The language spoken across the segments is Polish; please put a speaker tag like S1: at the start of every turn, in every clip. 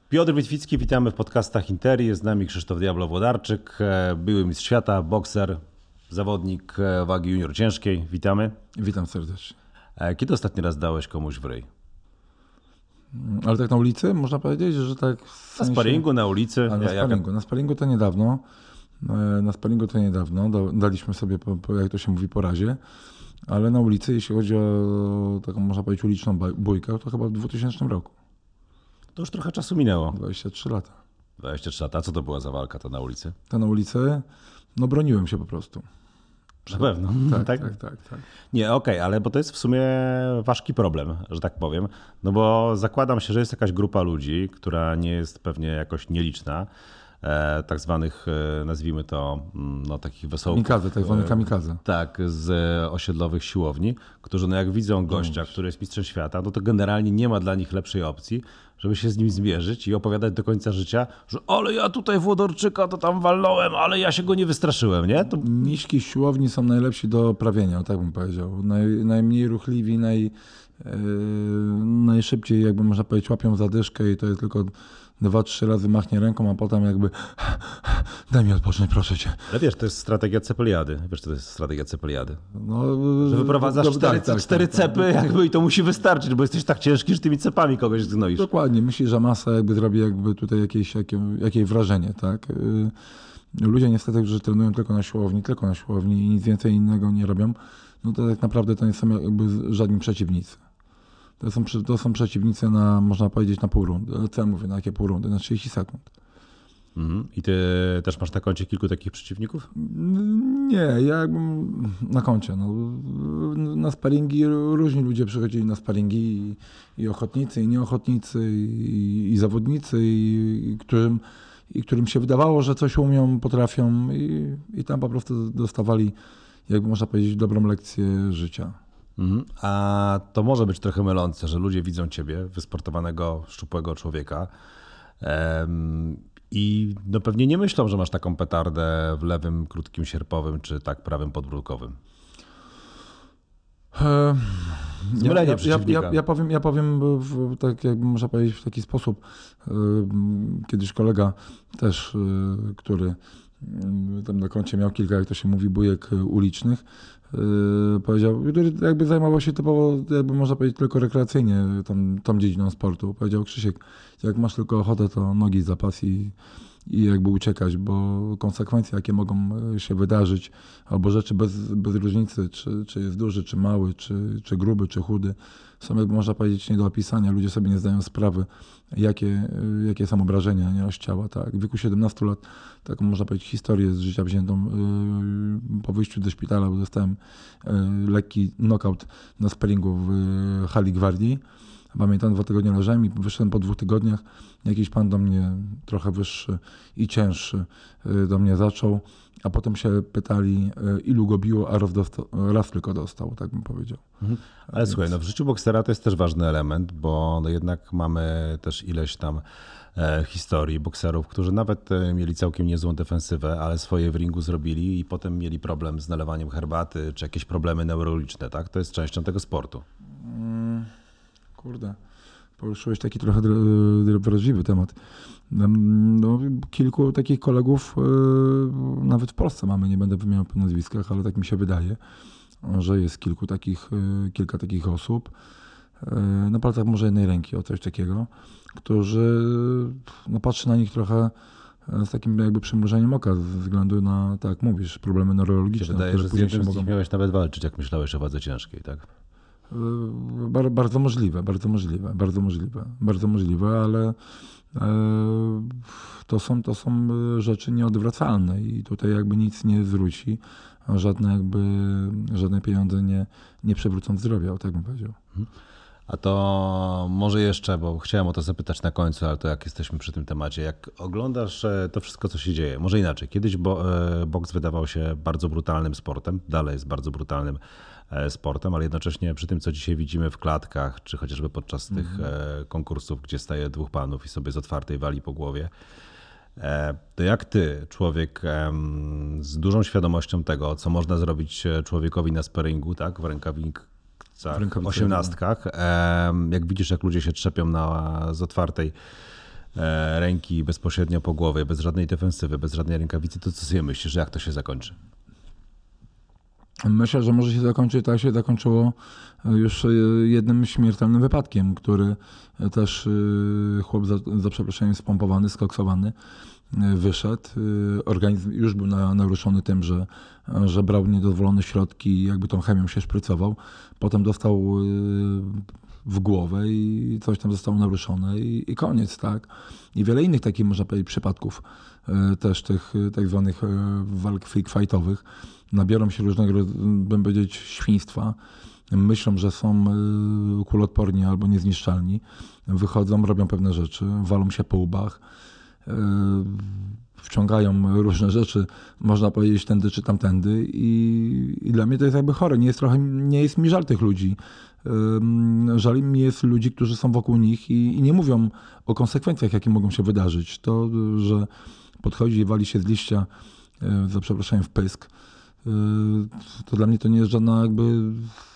S1: Piotr Witwicki, witamy w podcastach Interi. Jest z nami Krzysztof Diablo-Włodarczyk, były mistrz świata, bokser, zawodnik wagi junior ciężkiej. Witamy.
S2: Witam serdecznie.
S1: Kiedy ostatni raz dałeś komuś w ryj?
S2: Ale tak na ulicy? Można powiedzieć, że tak w sensie...
S1: Na sparingu, na ulicy?
S2: Na sparingu to niedawno. Daliśmy sobie, jak to się mówi, po razie. Ale na ulicy, jeśli chodzi o taką, można powiedzieć, uliczną bójkę, to chyba w 2000 roku.
S1: To już trochę czasu minęło.
S2: 23 lata.
S1: 23 lata. A co to była za walka to na ulicy?
S2: To na ulicy? No broniłem się po prostu.
S1: Na pewno.
S2: Tak.
S1: Nie, okej, ale bo to jest w sumie ważki problem, że tak powiem. No bo zakładam się, że jest jakaś grupa ludzi, która nie jest pewnie jakoś nieliczna, tak zwanych, nazwijmy to, no takich wesołków.
S2: Kamikaze, tak zwane kamikaze.
S1: Tak, z osiedlowych siłowni, którzy no jak widzą gościa, który jest mistrzem świata, no to generalnie nie ma dla nich lepszej opcji, żeby się z nim zmierzyć i opowiadać do końca życia, że ale ja tutaj Włodorczyka to tam walnąłem, ale ja się go nie wystraszyłem, nie? To...
S2: Miśki siłowni są najlepsi do prawienia, tak bym powiedział. Najmniej ruchliwi, najszybciej, jakby można powiedzieć, łapią zadyszkę i to jest tylko 2-3 razy machnie ręką, a potem jakby daj mi odpocząć, proszę cię.
S1: Ale wiesz, to jest strategia cepeliady. Wiesz, to jest strategia cepeliady.
S2: No,
S1: że wyprowadzasz cztery cepy jakby i to musi wystarczyć, bo jesteś tak ciężki, że tymi cepami kogoś zgnoisz.
S2: Dokładnie. Myślisz, że masa jakby zrobi jakby tutaj jakieś wrażenie, tak? Ludzie niestety, którzy trenują tylko na siłowni i nic więcej innego nie robią, no to tak naprawdę to nie są jakby żadni przeciwnicy. To są przeciwnicy na, można powiedzieć, na pół rundy. Ale co ja mówię, na jakie pół rundy? Na 30 sekund.
S1: I ty też masz na koncie kilku takich przeciwników?
S2: Nie, ja jakby na koncie. No, na sparingi różni ludzie przychodzili na sparingi i ochotnicy, i nieochotnicy, i zawodnicy, którym się wydawało, że coś umią, potrafią i tam po prostu dostawali, jakby można powiedzieć, dobrą lekcję życia.
S1: A to może być trochę mylące, że ludzie widzą ciebie, wysportowanego, szczupłego człowieka i no pewnie nie myślą, że masz taką petardę w lewym, krótkim, sierpowym czy tak prawym podbródkowym. Zmylenie przeciwnika.
S2: Ja powiem tak jakby można powiedzieć w taki sposób. Kiedyś kolega też, który tam na koncie miał kilka, jak to się mówi, bójek ulicznych, powiedział, który jakby zajmował się typowo, jakby można powiedzieć, tylko rekreacyjnie tą dziedziną sportu. Powiedział: Krzysiek, jak masz tylko ochotę, to nogi zapas i jakby uciekać, bo konsekwencje, jakie mogą się wydarzyć, albo rzeczy bez różnicy, czy jest duży, czy mały, czy gruby, czy chudy, są, jakby można powiedzieć, nie do opisania. Ludzie sobie nie zdają sprawy, jakie są obrażenia, nie, z ciała. Tak. W wieku 17 lat, taką można powiedzieć historię z życia wziętą, po wyjściu do szpitala, bo dostałem lekki knockout na sparingu w hali gwardii. Pamiętam, 2 tygodnie leżałem i wyszedłem po 2 tygodniach. Jakiś pan do mnie trochę wyższy i cięższy do mnie zaczął, a potem się pytali, ilu go biło, a raz tylko dostał, tak bym powiedział.
S1: Ale słuchaj, no w życiu boksera to jest też ważny element, bo no jednak mamy też ileś tam historii bokserów, którzy nawet mieli całkiem niezłą defensywę, ale swoje w ringu zrobili i potem mieli problem z nalewaniem herbaty, czy jakieś problemy neurologiczne, tak? To jest częścią tego sportu.
S2: Kurde, poruszyłeś taki trochę wrażliwy temat. No, kilku takich kolegów nawet w Polsce mamy, nie będę wymieniał po nazwiskach, ale tak mi się wydaje, że jest kilka takich osób, na palcach może jednej ręki, o coś takiego, którzy, no patrzy na nich trochę z takim jakby przymrużeniem oka ze względu na, tak jak mówisz, problemy neurologiczne.
S1: Wydaje, że później z nich miałeś nawet walczyć, jak myślałeś o wadze ciężkiej, tak?
S2: Bardzo możliwe, ale to są rzeczy nieodwracalne i tutaj jakby nic nie zwróci, a żadne pieniądze nie przywrócą zdrowia, tak bym powiedział.
S1: A to może jeszcze, bo chciałem o to zapytać na końcu, ale to jak jesteśmy przy tym temacie, jak oglądasz to wszystko, co się dzieje, może inaczej, kiedyś boks wydawał się bardzo brutalnym sportem, dalej jest bardzo brutalnym sportem, ale jednocześnie przy tym, co dzisiaj widzimy w klatkach, czy chociażby podczas tych konkursów, gdzie staje 2 panów i sobie z otwartej wali po głowie, to jak ty, człowiek z dużą świadomością tego, co można zrobić człowiekowi na sparingu, tak, w rękawicach, 18, jak widzisz, jak ludzie się trzepią z otwartej ręki bezpośrednio po głowie, bez żadnej defensywy, bez żadnej rękawicy, to co sobie myślisz, że jak to się zakończy?
S2: Myślę, że może się zakończyć tak, jak się zakończyło już jednym śmiertelnym wypadkiem, który też chłop za przeproszeniem spompowany, skoksowany wyszedł. Organizm już był naruszony tym, że brał niedozwolone środki i jakby tą chemią się szprycował. Potem dostał w głowę i coś tam zostało naruszone i koniec, tak? I wiele innych takich, można powiedzieć, przypadków też tych tak zwanych walk freak fightowych nabiorą się różnego, bym powiedzieć, świństwa. Myślą, że są kuloodporni albo niezniszczalni. Wychodzą, robią pewne rzeczy, walą się po łbach, wciągają różne rzeczy, można powiedzieć tędy czy tamtędy i dla mnie to jest jakby chore. Nie jest mi żal tych ludzi. Żal mi jest ludzi, którzy są wokół nich i nie mówią o konsekwencjach, jakie mogą się wydarzyć. To, że podchodzi i wali się z liścia, za przeproszeniem, w pysk, to dla mnie to nie jest żadna jakby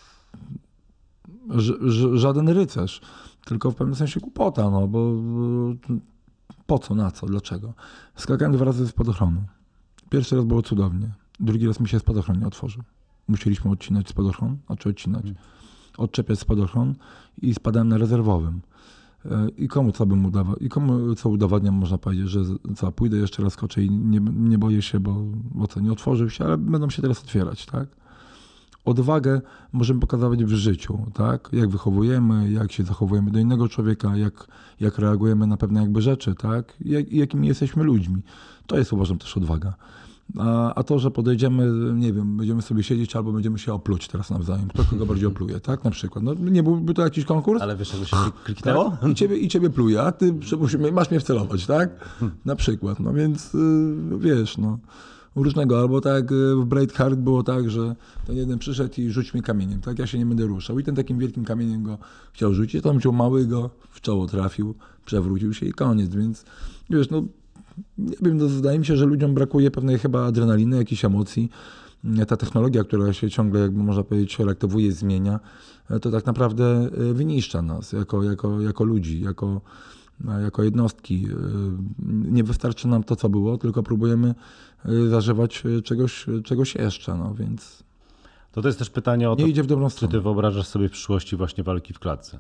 S2: żaden rycerz, tylko w pewnym sensie głupota, no bo po co, na co, dlaczego? Skakałem 2 razy z spadochronu. Pierwszy raz było cudownie, drugi raz mi się spadochron nie otworzył. Musieliśmy odcinać spadochron, odczepiać spadochron i spadałem na rezerwowym. I komu co bym udawał, i komu co udowadniam, można powiedzieć, że co, pójdę jeszcze raz, skoczę i nie boję się, bo co, nie otworzył się, ale będą się teraz otwierać, tak? Odwagę możemy pokazywać w życiu, tak? Jak wychowujemy, jak się zachowujemy do innego człowieka, jak reagujemy na pewne jakby rzeczy, tak? Jakimi jesteśmy ludźmi. To jest, uważam, też odwaga. A to, że podejdziemy, nie wiem, będziemy sobie siedzieć albo będziemy się opluć teraz nawzajem. Kto kogo bardziej opluje, tak? Na przykład. No, nie byłby to jakiś konkurs?
S1: Ale wiesz, jakby się kliknęło?
S2: Tak? I ciebie pluje, a ty masz mnie wcelować, tak? Na przykład. No więc wiesz, no. Różnego. Albo tak w Braveheart było tak, że ten jeden przyszedł i rzuć mi kamieniem, tak? Ja się nie będę ruszał. I ten takim wielkim kamieniem go chciał rzucić. Tam wziął mały go, w czoło trafił, przewrócił się i koniec. Więc wiesz, no nie wiem, no, zdaje mi się, że ludziom brakuje pewnej chyba adrenaliny, jakichś emocji. Ta technologia, która się ciągle, jakby można powiedzieć, reaktywuje, zmienia, to tak naprawdę wyniszcza nas jako ludzi, jako jednostki. Nie wystarczy nam to, co było, tylko próbujemy zażywać czegoś jeszcze, no więc...
S1: To jest też pytanie o to,
S2: nie idzie w dobrą
S1: czy
S2: stronę.
S1: ty wyobrażasz sobie w przyszłości właśnie walki w klatce?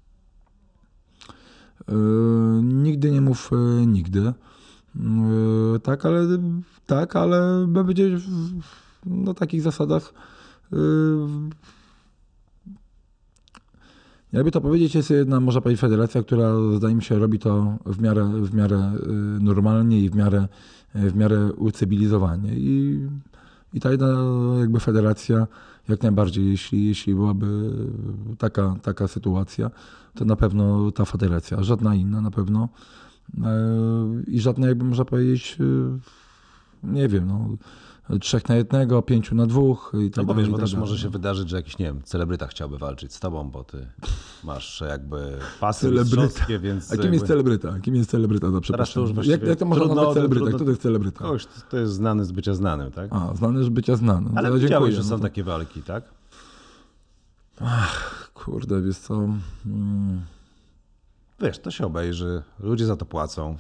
S2: Nigdy nie mów nigdy. Tak, ale będzie na takich zasadach. Jakby to powiedzieć, jest jedna, można powiedzieć, federacja, która zdaje mi się robi to w miarę normalnie i w miarę ucywilizowanie. I ta jedna jakby federacja, jak najbardziej, jeśli byłaby taka sytuacja, to na pewno ta federacja, żadna inna na pewno. I żadne, jakby można powiedzieć, nie wiem, no, 3 na 1, 5 na 2 i tak
S1: No bo
S2: dalej.
S1: wiesz, bo też
S2: dalej.
S1: może się wydarzyć, że jakiś, nie wiem, celebryta chciałby walczyć z tobą, bo ty masz jakby pasy
S2: Celebryta.
S1: mistrzowskie, więc...
S2: A kim jest celebryta? Kim jest celebryta? No, przepraszam.
S1: już właściwie
S2: Jak to można
S1: trudno-
S2: nazwać celebrytę?
S1: trudno-
S2: Kto to jest celebryta?
S1: Kogoś, to jest znany z bycia znanym, tak?
S2: A, znany z bycia znanym.
S1: Ale
S2: To
S1: widziałeś,
S2: dziękuję,
S1: że
S2: no
S1: są
S2: to-
S1: takie walki, tak?
S2: Kurde, wiesz co...
S1: Wiesz, to się obejrzy, ludzie za to płacą.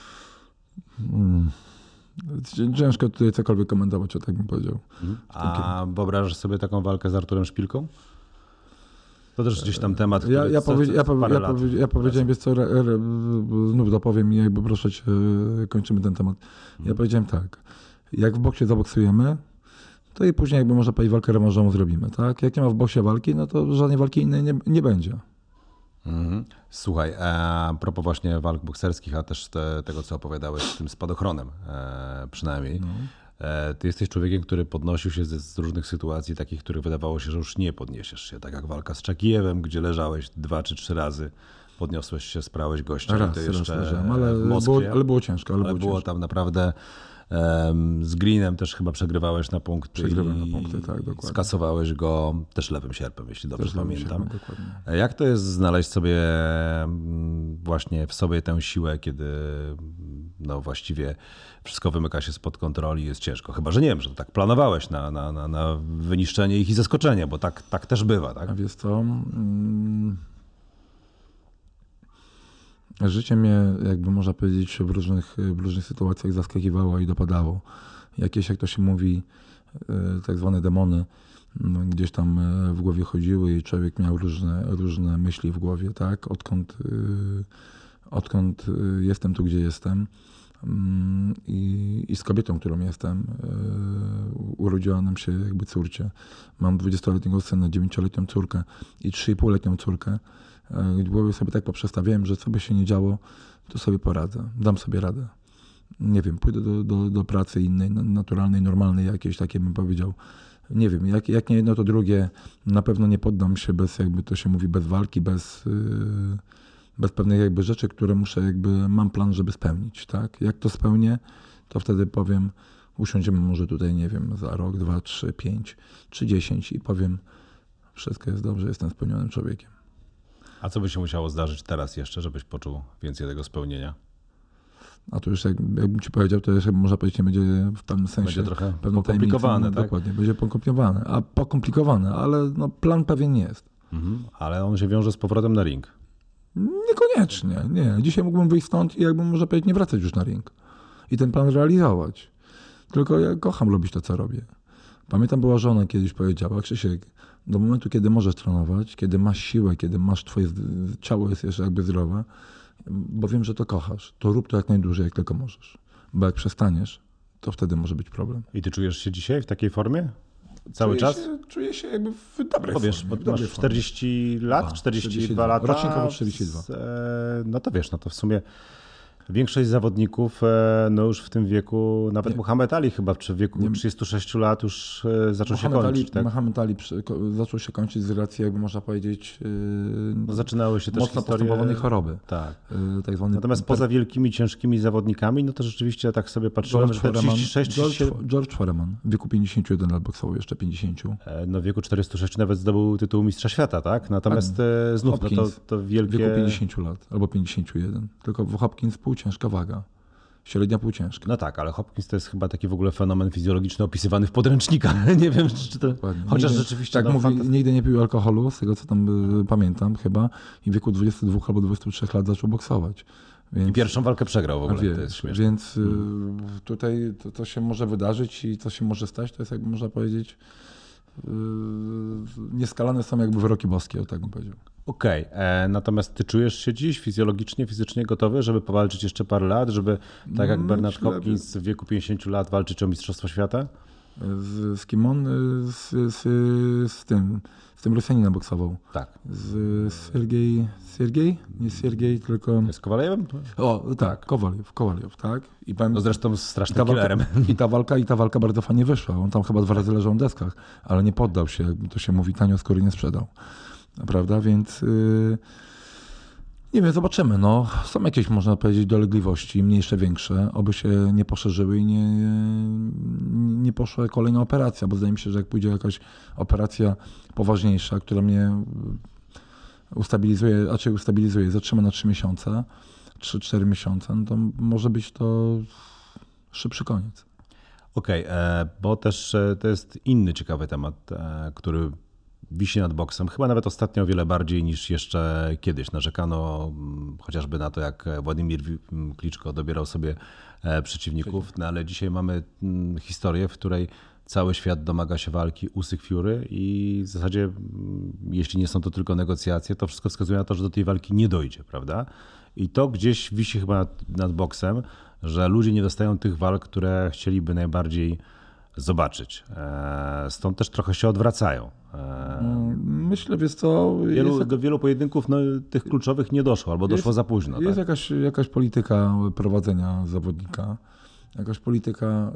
S2: Ciężko tutaj cokolwiek komentować, o tak bym powiedział.
S1: A wyobrażasz sobie taką walkę z Arturem Szpilką? To też gdzieś tam temat, który
S2: Ja powiedziałem, wiesz co, znów dopowiem i jakby proszę cię, kończymy ten temat. Ja powiedziałem tak, jak w boksie zaboksujemy, to i później jakby można powiedzieć walkę rewanżową zrobimy, tak? Jak nie ma w boksie walki, no to żadnej walki innej nie będzie.
S1: Mhm. Słuchaj, a propos właśnie walk bokserskich, a też tego, co opowiadałeś z tym spadochronem przynajmniej. Ty jesteś człowiekiem, który podnosił się z różnych sytuacji, takich, których wydawało się, że już nie podniesiesz się. Tak jak walka z Czakijewem, gdzie leżałeś 2 czy 3 razy, podniosłeś się, sprałeś gościa.
S2: Raz
S1: jeszcze
S2: leżałem,
S1: w Moskwie.
S2: ale było ciężko.
S1: Ale było tam naprawdę... Z Greenem też chyba przegrywałeś na punkty.
S2: Przegrywałem na punkty, tak, dokładnie.
S1: Skasowałeś go też lewym sierpem, jeśli dobrze
S2: Też lewym
S1: pamiętam.
S2: sierpem, dokładnie.
S1: Jak to jest znaleźć sobie właśnie w sobie tę siłę, kiedy no właściwie wszystko wymyka się spod kontroli i jest ciężko? Chyba, że nie wiem, że tak planowałeś na wyniszczenie ich i zaskoczenie, bo tak też bywa, tak?
S2: A wiesz co, Życie mnie, jakby można powiedzieć, w różnych sytuacjach zaskakiwało i dopadało. Jakieś, jak to się mówi, tak zwane demony gdzieś tam w głowie chodziły i człowiek miał różne myśli w głowie, tak? Odkąd jestem tu, gdzie jestem i z kobietą, którą jestem, urodziła nam się jakby córcie. Mam 20-letniego syna, 9-letnią córkę i 3,5-letnią córkę. W głowie sobie tak poprzestawiałem, że co by się nie działo, to sobie poradzę, dam sobie radę. Nie wiem, pójdę do pracy innej, naturalnej, normalnej jakiejś, takiej bym powiedział. Nie wiem, jak nie jedno, to drugie. Na pewno nie poddam się bez, jakby to się mówi, bez walki, bez pewnych jakby rzeczy, które mam plan, żeby spełnić, tak? Jak to spełnię, to wtedy powiem, usiądziemy może tutaj, nie wiem, za rok, 2, 3, 5 czy 10 i powiem, wszystko jest dobrze, jestem spełnionym człowiekiem.
S1: A co by się musiało zdarzyć teraz jeszcze, żebyś poczuł więcej tego spełnienia?
S2: A to już jakbym ci powiedział, to jeszcze można powiedzieć, nie będzie w pewnym sensie.
S1: Będzie trochę
S2: pokomplikowane,
S1: tak?
S2: Dokładnie, będzie pokomplikowane, ale no, plan pewien jest.
S1: Ale on się wiąże z powrotem na ring.
S2: Niekoniecznie, nie. Dzisiaj mógłbym wyjść stąd i jakbym, można powiedzieć, nie wracać już na ring. I ten plan realizować. Tylko ja kocham robić to, co robię. Pamiętam, była żona kiedyś powiedziała, Krzysiek, do momentu, kiedy możesz trenować, kiedy masz siłę, kiedy masz twoje ciało jest jeszcze jakby zdrowe, bo wiem, że to kochasz, to rób to jak najdłużej, jak tylko możesz. Bo jak przestaniesz, to wtedy może być problem.
S1: I ty czujesz się dzisiaj w takiej formie? Cały czas?
S2: Czuję się jakby w dobrej
S1: wiesz,
S2: formie.
S1: Bo masz 40 lat, 42 lata.
S2: Rocznikowo 42.
S1: No to wiesz, no to w sumie większość zawodników no już w tym wieku, nawet Muhammad Ali chyba w wieku 36 lat już zaczął się kończyć. Tak?
S2: Muhammad Ali zaczął się kończyć z racji, jakby można powiedzieć,
S1: no zaczynały się też
S2: mocno postępowanej choroby.
S1: Tak.
S2: Tak zwany
S1: Natomiast poza wielkimi, ciężkimi zawodnikami, no to rzeczywiście tak sobie patrzyłem, że 36...
S2: George Foreman w wieku 51 lat boksował, jeszcze 50.
S1: No w wieku 46 nawet zdobył tytuł mistrza świata, tak? Natomiast znów
S2: Hopkins,
S1: to wielkie...
S2: w wieku 50 lat albo 51. Tylko Hopkins półciężka waga. Średnia półciężka.
S1: No tak, ale Hopkins to jest chyba taki w ogóle fenomen fizjologiczny opisywany w podręcznikach. Nie wiem, czy to...
S2: Dokładnie.
S1: Chociaż rzeczywiście...
S2: Tak mówi, nigdy nie pił alkoholu, z tego co tam pamiętam chyba. I w wieku 22 albo 23 lat zaczął boksować. Więc,
S1: i pierwszą walkę przegrał w ogóle, to jest śmieszne.
S2: Więc tutaj to się może wydarzyć i co się może stać, to jest jakby można powiedzieć nieskalane są jakby wyroki boskie, o tak bym powiedział.
S1: Okej, natomiast ty czujesz się dziś fizyologicznie, fizycznie gotowy, żeby powalczyć jeszcze parę lat, żeby tak jak Bernard Hopkins w wieku 50 lat walczyć o Mistrzostwo Świata?
S2: Z kim on? Z tym Rosjaninem boksował.
S1: Tak.
S2: Z Siergiej? Nie Siergiej, tylko...
S1: Z Kowalewem?
S2: O, tak, Kowaliew, tak. I
S1: no zresztą strasznym killerem.
S2: I ta walka bardzo fajnie wyszła. On tam chyba 2 razy leżał na deskach, ale nie poddał się, jakby to się mówi, tanio skóry nie sprzedał. Prawda? Więc nie wiem, zobaczymy. No, są jakieś, można powiedzieć, dolegliwości, mniejsze, większe, oby się nie poszerzyły i nie poszła kolejna operacja, bo zdaje mi się, że jak pójdzie jakaś operacja poważniejsza, która mnie ustabilizuje, zatrzyma na 3 miesiące, 3-4 miesiące, no to może być to szybszy koniec.
S1: Okej, bo też to jest inny ciekawy temat, który wisi nad boksem. Chyba nawet ostatnio o wiele bardziej niż jeszcze kiedyś. Narzekano chociażby na to, jak Władimir Kliczko dobierał sobie przeciwników, no ale dzisiaj mamy historię, w której cały świat domaga się walki Usyk Fury i w zasadzie, jeśli nie są to tylko negocjacje, to wszystko wskazuje na to, że do tej walki nie dojdzie, prawda? I to gdzieś wisi chyba nad boksem, że ludzie nie dostają tych walk, które chcieliby najbardziej zobaczyć. Stąd też trochę się odwracają.
S2: Myślę, wiesz co...
S1: Do wielu pojedynków tych kluczowych nie doszło, albo doszło za późno.
S2: Jest
S1: tak?
S2: jakaś polityka prowadzenia zawodnika, jakaś polityka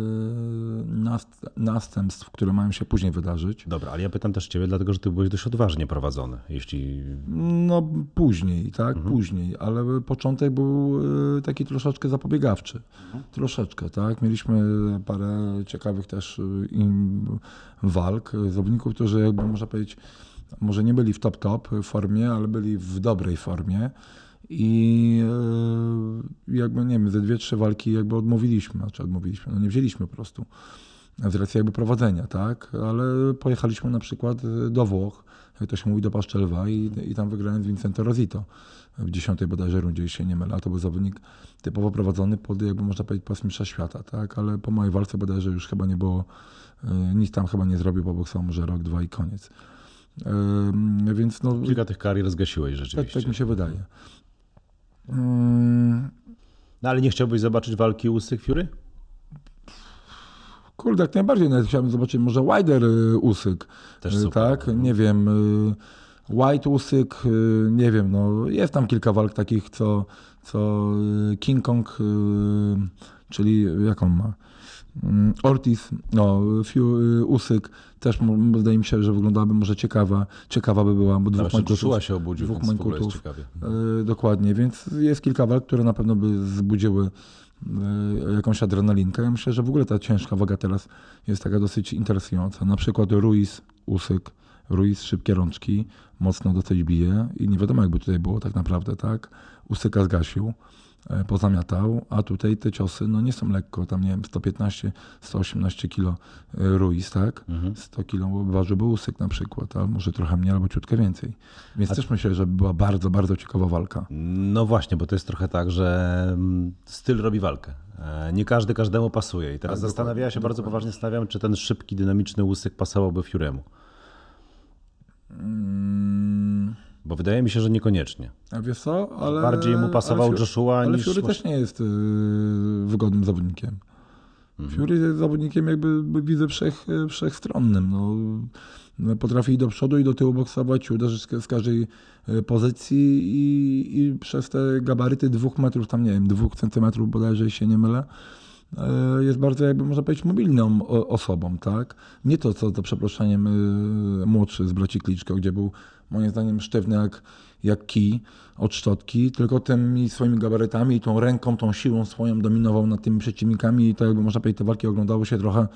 S2: następstw, które mają się później wydarzyć.
S1: Dobra, ale ja pytam też ciebie, dlatego że ty byłeś dość odważnie prowadzony.
S2: No później, tak, później, ale początek był taki troszeczkę zapobiegawczy. Troszeczkę, tak. Mieliśmy parę ciekawych też walk zawodników, którzy jakby można powiedzieć, może nie byli w top formie, ale byli w dobrej formie. I jakby, nie wiem, ze 2-3 walki jakby odmówiliśmy, no nie wzięliśmy po prostu z racji jakby prowadzenia, tak, ale pojechaliśmy na przykład do Włoch, jak to się mówi, do paszczy lwa i tam wygrałem z Vincente Rosito w 10. bodajże rundzie, jeśli się nie mylę. A to był zawodnik typowo prowadzony pod, jakby można powiedzieć, pas mistrza świata, tak? Ale po mojej walce bodajże już chyba nie było, nic tam chyba nie zrobił, poboksował może rok, 2 i koniec. Więc no,
S1: Kilka tych karier zgasiłeś rzeczywiście.
S2: tak mi się wydaje.
S1: No ale nie chciałbyś zobaczyć walki Usyk-Fury?
S2: Kurde, jak najbardziej. Nawet chciałbym zobaczyć może Wilder Usyk.
S1: Też super.
S2: Tak, nie wiem. White Usyk, nie wiem. No, jest tam kilka walk takich, co King Kong, czyli jak on ma? Ortiz, no, Usyk też wydaje mi się, że wyglądałaby może ciekawa by była, bo dwóch
S1: Joshua się obudził,
S2: dwóch
S1: więc w ogóle jest
S2: mańkutów.
S1: ciekawie.
S2: Dokładnie, więc jest kilka walk, które na pewno by wzbudziły jakąś adrenalinkę. Ja myślę, że w ogóle ta ciężka waga teraz jest taka dosyć interesująca. Na przykład Ruiz, Usyk, Ruiz szybkie rączki, mocno dosyć bije i nie wiadomo jakby tutaj było tak naprawdę, tak? Usyka zgasił, pozamiatał, a tutaj te ciosy no nie są lekko, tam nie wiem, 115, 118 kilo Ruiz, tak? 100 kilo ważyłby Usyk na przykład, a może trochę mniej albo ciutkę więcej. Więc też myślę, że była bardzo, bardzo ciekawa walka.
S1: No właśnie, bo to jest trochę tak, że styl robi walkę. Nie każdy każdemu pasuje. I teraz zastanawiałem się, bardzo poważnie zastanawiam, czy ten szybki, dynamiczny Usyk pasowałby Fury'emu. Bo wydaje mi się, że niekoniecznie.
S2: A wiesz co? Ale,
S1: bardziej mu pasował Joshua
S2: ale
S1: niż...
S2: Fury też nie jest wygodnym zawodnikiem. Fury jest zawodnikiem jakby widzę wszechstronnym. No, potrafi i do przodu, i do tyłu boksować, uderzyć z każdej pozycji i przez te gabaryty 2 metrów, tam nie wiem, 2 centymetrów bodajże, jeśli się nie mylę, jest bardzo, jakby można powiedzieć, mobilną osobą, tak? Nie to, co za przeproszeniem młodszy z braci Kliczko, gdzie był moim zdaniem sztywny jak kij od szczotki, tylko tymi swoimi gabarytami i tą ręką, tą siłą swoją dominował nad tymi przeciwnikami i to jakby można powiedzieć, te walki oglądało się trochę.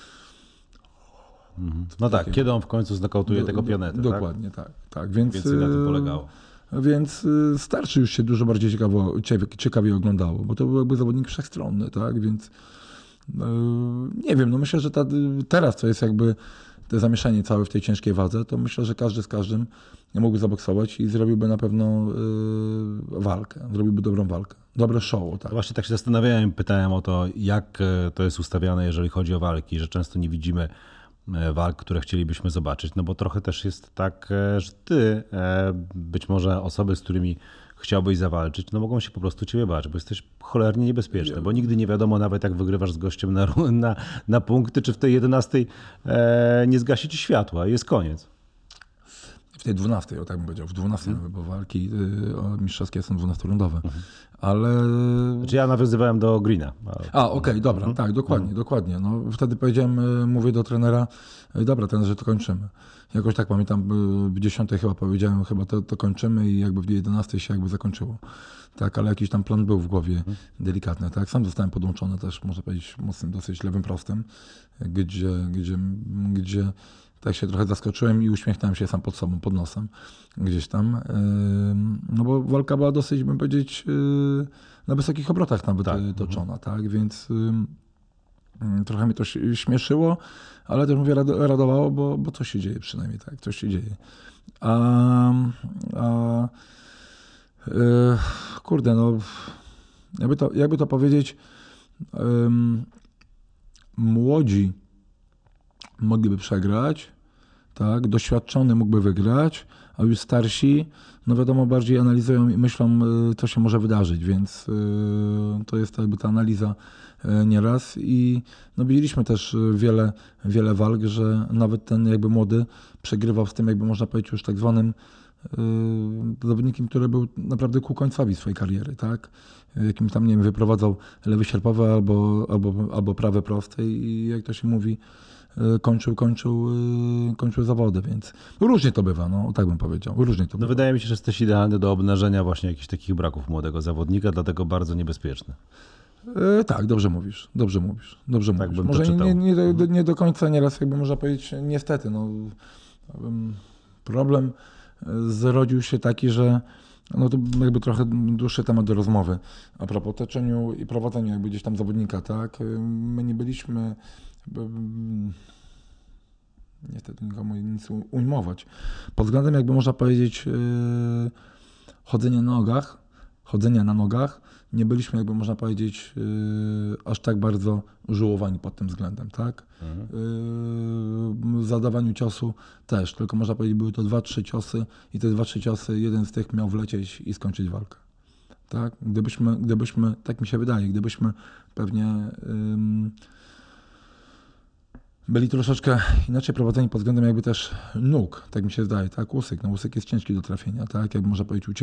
S1: No tak, kiedy on w końcu znokautuje tego pionetę,
S2: dokładnie, tak. Więc
S1: więcej na tym polegało.
S2: Więc starszy już się dużo bardziej ciekawie oglądało, bo to był jakby zawodnik wszechstronny, tak? Więc nie wiem, no myślę, że teraz to jest jakby te zamieszanie całe w tej ciężkiej wadze, to myślę, że każdy z każdym mógłby zaboksować i zrobiłby na pewno walkę, zrobiłby dobrą walkę. Dobre show, tak.
S1: Właśnie tak się zastanawiałem, pytałem o to, jak to jest ustawiane, jeżeli chodzi o walki, że często nie widzimy walk, które chcielibyśmy zobaczyć, no bo trochę też jest tak, że ty, być może osoby, z którymi chciałbyś zawalczyć, no mogą się po prostu ciebie bać, bo jesteś cholernie niebezpieczny, bo nigdy nie wiadomo nawet jak wygrywasz z gościem na punkty, czy w tej 11 nie zgasi ci światła i jest koniec.
S2: W tej 12, tak bym powiedział, w 12, bo walki mistrzowskie są 12-rundowe. Ale...
S1: Znaczy ja nawiązywałem do Greena.
S2: Okej, dobra, tak, dokładnie. No, wtedy powiedziałem, mówię do trenera, dobra, trenerze, to kończymy. Jakoś tak pamiętam, w 10 chyba powiedziałem, chyba to kończymy i jakby w 11 się jakby zakończyło. Tak, ale jakiś tam plan był w głowie delikatny, tak. Sam zostałem podłączony też, można powiedzieć, mocnym, dosyć lewym prostym, gdzie tak się trochę zaskoczyłem i uśmiechnąłem się sam pod sobą, pod nosem gdzieś tam. No bo walka była dosyć, bym powiedzieć, na wysokich obrotach nawet toczona, tak? Więc trochę mnie to śmieszyło, ale też mówię, radowało, bo coś się dzieje przynajmniej, tak? Coś się dzieje. Kurde, no jakby to powiedzieć, młodzi mogliby przegrać, tak? Doświadczony mógłby wygrać, a już starsi, no wiadomo, bardziej analizują i myślą, co się może wydarzyć, więc to jest jakby ta analiza nieraz i no widzieliśmy też wiele walk, że nawet ten jakby młody przegrywał z tym, jakby można powiedzieć, już tak zwanym zawodnikiem, który był naprawdę ku końcowi swojej kariery, tak? Jakimś tam, nie wiem, wyprowadzał lewy sierpowy albo prawe proste i jak to się mówi, kończył zawody, więc różnie to bywa, no tak bym powiedział, różnie to bywa.
S1: Wydaje mi się, że jesteś idealny do obnażenia właśnie jakichś takich braków młodego zawodnika, dlatego bardzo niebezpieczny.
S2: Tak, dobrze mówisz.
S1: Tak bym
S2: może
S1: to
S2: nie do końca nieraz, jakby można powiedzieć, niestety, no, problem zrodził się taki, że no to jakby trochę dłuższy temat do rozmowy a propos teczeniu i prowadzeniu jakby gdzieś tam zawodnika, tak? My nie byliśmy Nie chcę tu nikomu nic ujmować. Pod względem, jakby można powiedzieć, chodzenia na nogach, nie byliśmy, jakby można powiedzieć, aż tak bardzo żułowani pod tym względem, tak? W zadawaniu ciosu też, tylko można powiedzieć, były to 2-3 ciosy i te 2-3 ciosy, jeden z tych miał wlecieć i skończyć walkę. Tak? Gdybyśmy, tak mi się wydaje, gdybyśmy pewnie byli troszeczkę inaczej prowadzeni pod względem jakby też nóg, tak mi się zdaje, tak? Łusyk, no łusyk jest ciężki do trafienia, tak? Jakby można powiedzieć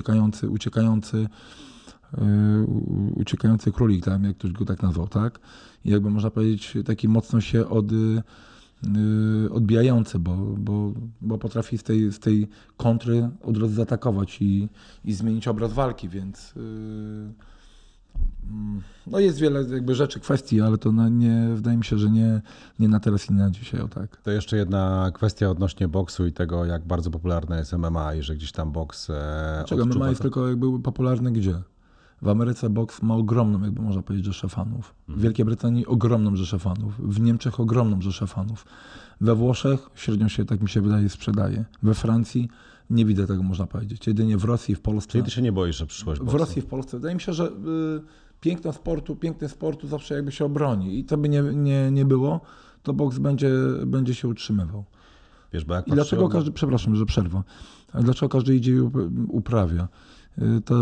S2: uciekający królik, tak? Jak ktoś go tak nazwał, tak? I jakby można powiedzieć taki mocno się odbijający, bo potrafi z tej kontry od razu zaatakować i zmienić obraz walki, więc no jest wiele jakby rzeczy, kwestii, ale to wydaje mi się, że nie na teraz i na dzisiaj, o tak.
S1: To jeszcze jedna kwestia odnośnie boksu i tego, jak bardzo popularne jest MMA i że gdzieś tam boks
S2: Czego MMA jest tylko jakby popularny gdzie? W Ameryce boks ma ogromną, jakby można powiedzieć, rzeszę fanów. W Wielkiej Brytanii ogromną rzeszę fanów. W Niemczech ogromną rzeszę fanów. We Włoszech średnio się, tak mi się wydaje, sprzedaje. We Francji nie widzę tego, można powiedzieć. Jedynie w Rosji, w Polsce.
S1: Czyli ty się nie boisz, że przyszłość boksu?
S2: W Rosji, w Polsce. Wydaje mi się, że piękno sportu zawsze jakby się obroni. I to by nie było, to boks będzie się utrzymywał.
S1: Wiesz, bo jak
S2: I dlaczego każdy, przepraszam, że przerwa, ale dlaczego każdy idzie i uprawia te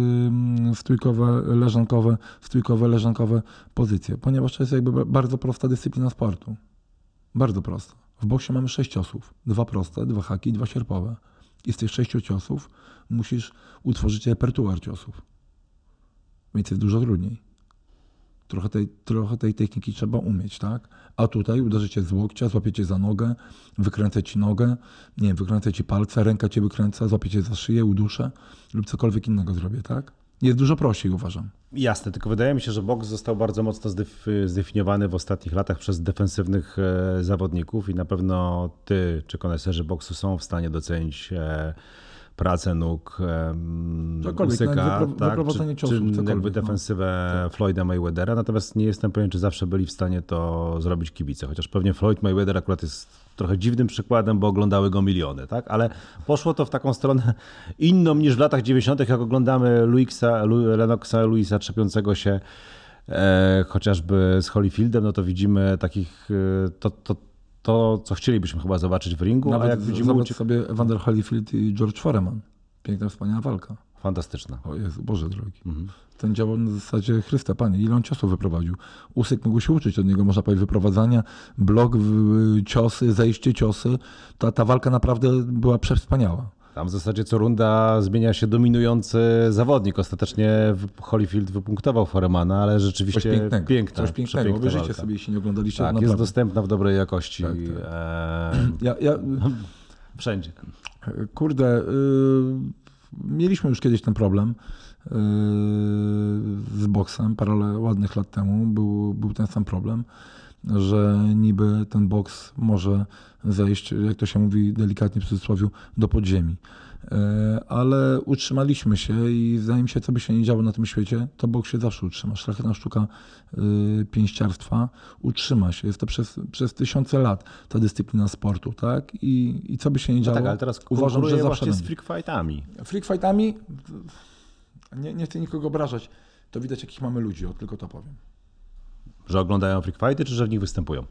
S2: stójkowe, leżankowe pozycje? Ponieważ to jest jakby bardzo prosta dyscyplina sportu. Bardzo prosta. W boksie mamy 6 ciosów. 2 proste, 2 haki, 2 sierpowe. I z tych 6 ciosów musisz utworzyć repertuar ciosów. Więc jest dużo trudniej. Trochę tej techniki trzeba umieć, tak? A tutaj uderzycie z łokcia, złapiecie za nogę, wykręcę ci nogę, nie wiem, wykręcę ci palce, ręka cię wykręca, złapiecie za szyję, uduszę lub cokolwiek innego zrobię, tak? Jest dużo prościej, uważam.
S1: Jasne, tylko wydaje mi się, że boks został bardzo mocno zdefiniowany w ostatnich latach przez defensywnych zawodników i na pewno ty czy koneserzy boksu są w stanie docenić pracę nóg Usyka,
S2: wyprowadzenie ciosów,
S1: czy jakby defensywę Floyda Mayweathera, natomiast nie jestem pewien, czy zawsze byli w stanie to zrobić kibice, chociaż pewnie Floyd Mayweather akurat jest trochę dziwnym przykładem, bo oglądały go miliony, tak? Ale poszło to w taką stronę inną niż w latach 90., jak oglądamy Lennoxa Louisa trzepiącego się chociażby z Holyfieldem, no to widzimy takich to, co chcielibyśmy chyba zobaczyć w ringu.
S2: Nawet
S1: a jak widzimy,
S2: zobacz sobie Evander Holyfield i George Foreman. Piękna, wspaniała walka.
S1: Fantastyczna.
S2: O Jezu, Boże drogi. Ten działał na zasadzie Chryste, Panie, ile on ciosów wyprowadził. Usyk mógł się uczyć od niego, można powiedzieć, wyprowadzania, blok, ciosy, zejście ciosy. Ta walka naprawdę była przewspaniała.
S1: Tam w zasadzie co runda zmienia się dominujący zawodnik. Ostatecznie Holyfield wypunktował Foremana, ale rzeczywiście piękna.
S2: Coś pięknego. Obejrzyjcie sobie, jeśli nie oglądaliście.
S1: Tak, jest dostępna w dobrej jakości.
S2: Tak.
S1: Wszędzie.
S2: Kurde, mieliśmy już kiedyś ten problem z boksem. Parę ładnych lat temu był ten sam problem, że niby ten boks może zejść, jak to się mówi delikatnie w cudzysłowie, do podziemi. Ale utrzymaliśmy się i zdaje mi się, co by się nie działo na tym świecie, to boks się zawsze utrzyma. Szlachetna sztuka pięściarstwa utrzyma się. Jest to przez tysiące lat ta dyscyplina sportu, tak? I co by się nie działo,
S1: tak, ale teraz
S2: uważam, że zawsze
S1: właśnie z freak fightami.
S2: Freak fightami, nie chcę nikogo obrażać, to widać, jakich mamy ludzi, tylko to powiem.
S1: Że oglądają freak fighty, czy że w nich występują?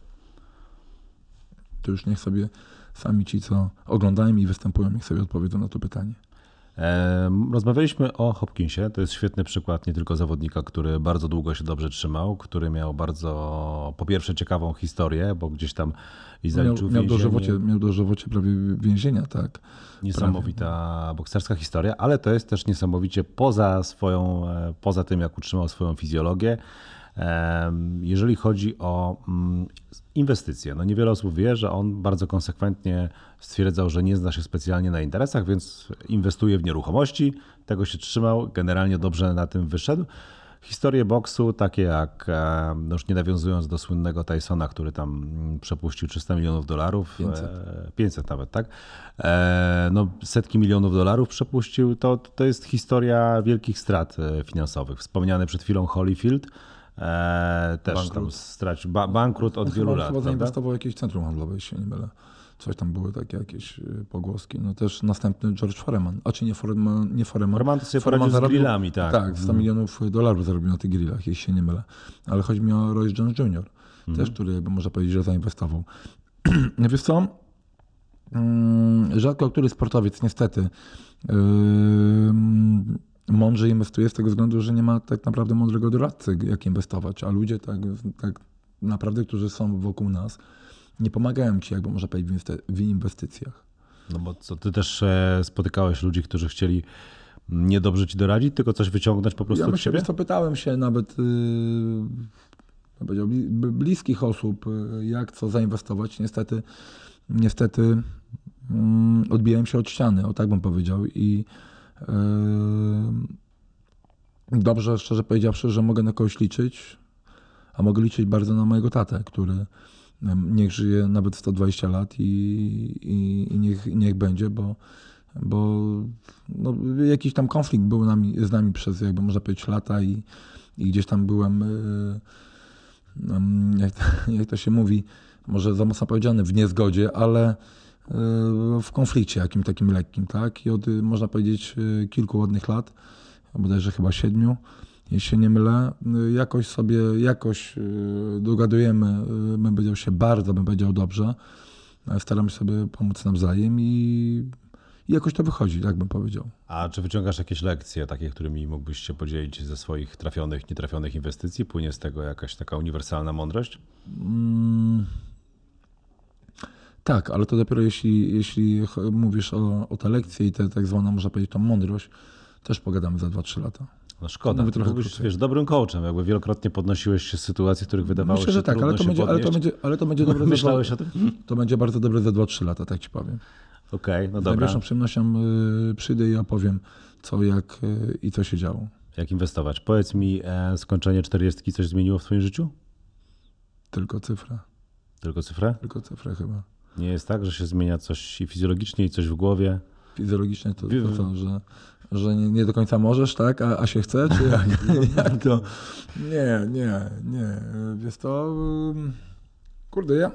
S2: To już niech sobie sami ci, co oglądają i występują, niech sobie odpowiedzą na to pytanie.
S1: Rozmawialiśmy o Hopkinsie. To jest świetny przykład nie tylko zawodnika, który bardzo długo się dobrze trzymał, który miał bardzo, po pierwsze, ciekawą historię, bo gdzieś tam i zaliczył
S2: miał dożywocie prawie więzienia, tak.
S1: Niesamowita bokserska historia, ale to jest też niesamowicie poza tym, jak utrzymał swoją fizjologię. Jeżeli chodzi o inwestycje, no niewiele osób wie, że on bardzo konsekwentnie stwierdzał, że nie zna się specjalnie na interesach, więc inwestuje w nieruchomości, tego się trzymał, generalnie dobrze na tym wyszedł. Historie boksu, takie jak, no już nie nawiązując do słynnego Tysona, który tam przepuścił $300 milionów, 500 nawet, tak? No, setki milionów dolarów przepuścił, to jest historia wielkich strat finansowych. Wspomniany przed chwilą Holyfield, też bankrut. Tam stracił bankrut od wielu lat.
S2: Chyba zainwestował w jakieś centrum handlowe, jeśli się nie mylę. coś tam były takie jakieś pogłoski. No też następny George Foreman, a czy nie Foreman.
S1: Foreman to sobie poradził z grillami, tak.
S2: Tak, $100 milionów zarobił na tych grillach, jeśli się nie mylę. Ale chodzi mi o Roy Jones Jr., też, który jakby można powiedzieć, że zainwestował. Wiesz co? Rzadko który sportowiec niestety mądrze inwestuje z tego względu, że nie ma tak naprawdę mądrego doradcy, jak inwestować, a ludzie tak naprawdę, którzy są wokół nas, nie pomagają ci, jakby można powiedzieć, w inwestycjach.
S1: No bo co, ty też spotykałeś ludzi, którzy chcieli niedobrze ci doradzić, tylko coś wyciągnąć po prostu od siebie?
S2: Ja pytałem się nawet bliskich osób, jak co zainwestować. Niestety odbijałem się od ściany, o tak bym powiedział. I dobrze, szczerze powiedziawszy, że mogę na kogoś liczyć, a mogę liczyć bardzo na mojego tatę, który niech żyje nawet 120 lat i niech będzie, bo no, jakiś tam konflikt był z nami przez, jakby można powiedzieć, lata i gdzieś tam byłem, jak to się mówi, może za mocno powiedziane, w niezgodzie, ale w konflikcie jakimś takim lekkim, tak? I od, można powiedzieć, kilku ładnych lat, bodajże chyba 7, jeśli się nie mylę, jakoś dogadujemy, bym powiedział się bardzo, bym powiedział dobrze, staramy się sobie pomóc nawzajem i jakoś to wychodzi, tak bym powiedział.
S1: A czy wyciągasz jakieś lekcje, takie, którymi mógłbyś się podzielić ze swoich trafionych, nietrafionych inwestycji? Płynie z tego jakaś taka uniwersalna mądrość?
S2: Tak, ale to dopiero jeśli mówisz o te lekcje i te tak zwaną, można powiedzieć, tą mądrość, też pogadamy za 2-3 lata.
S1: No szkoda,
S2: Nawet trochę
S1: byłbyś, wiesz, dobrym coachem, jakby wielokrotnie podnosiłeś się z sytuacji, w których wydawało
S2: Myślę,
S1: się
S2: że tak,
S1: trudno się podnieść.
S2: ale to będzie dobre.
S1: Myślałeś o tym?
S2: To będzie bardzo dobre za 2-3 lata, tak ci powiem.
S1: Okej, no
S2: Z
S1: dobra.
S2: największą przyjemnością przyjdę i opowiem, co, jak i co się działo.
S1: Jak inwestować? Powiedz mi, skończenie 40 coś zmieniło w twoim życiu?
S2: Tylko cyfra.
S1: Tylko cyfrę?
S2: Tylko cyfrę chyba.
S1: Nie jest tak, że się zmienia coś i fizjologicznie, i coś w głowie?
S2: Fizjologicznie to co, że nie do końca możesz, tak? A się chce, czy jak? Jak to? Nie. Wiesz to, kurde, ja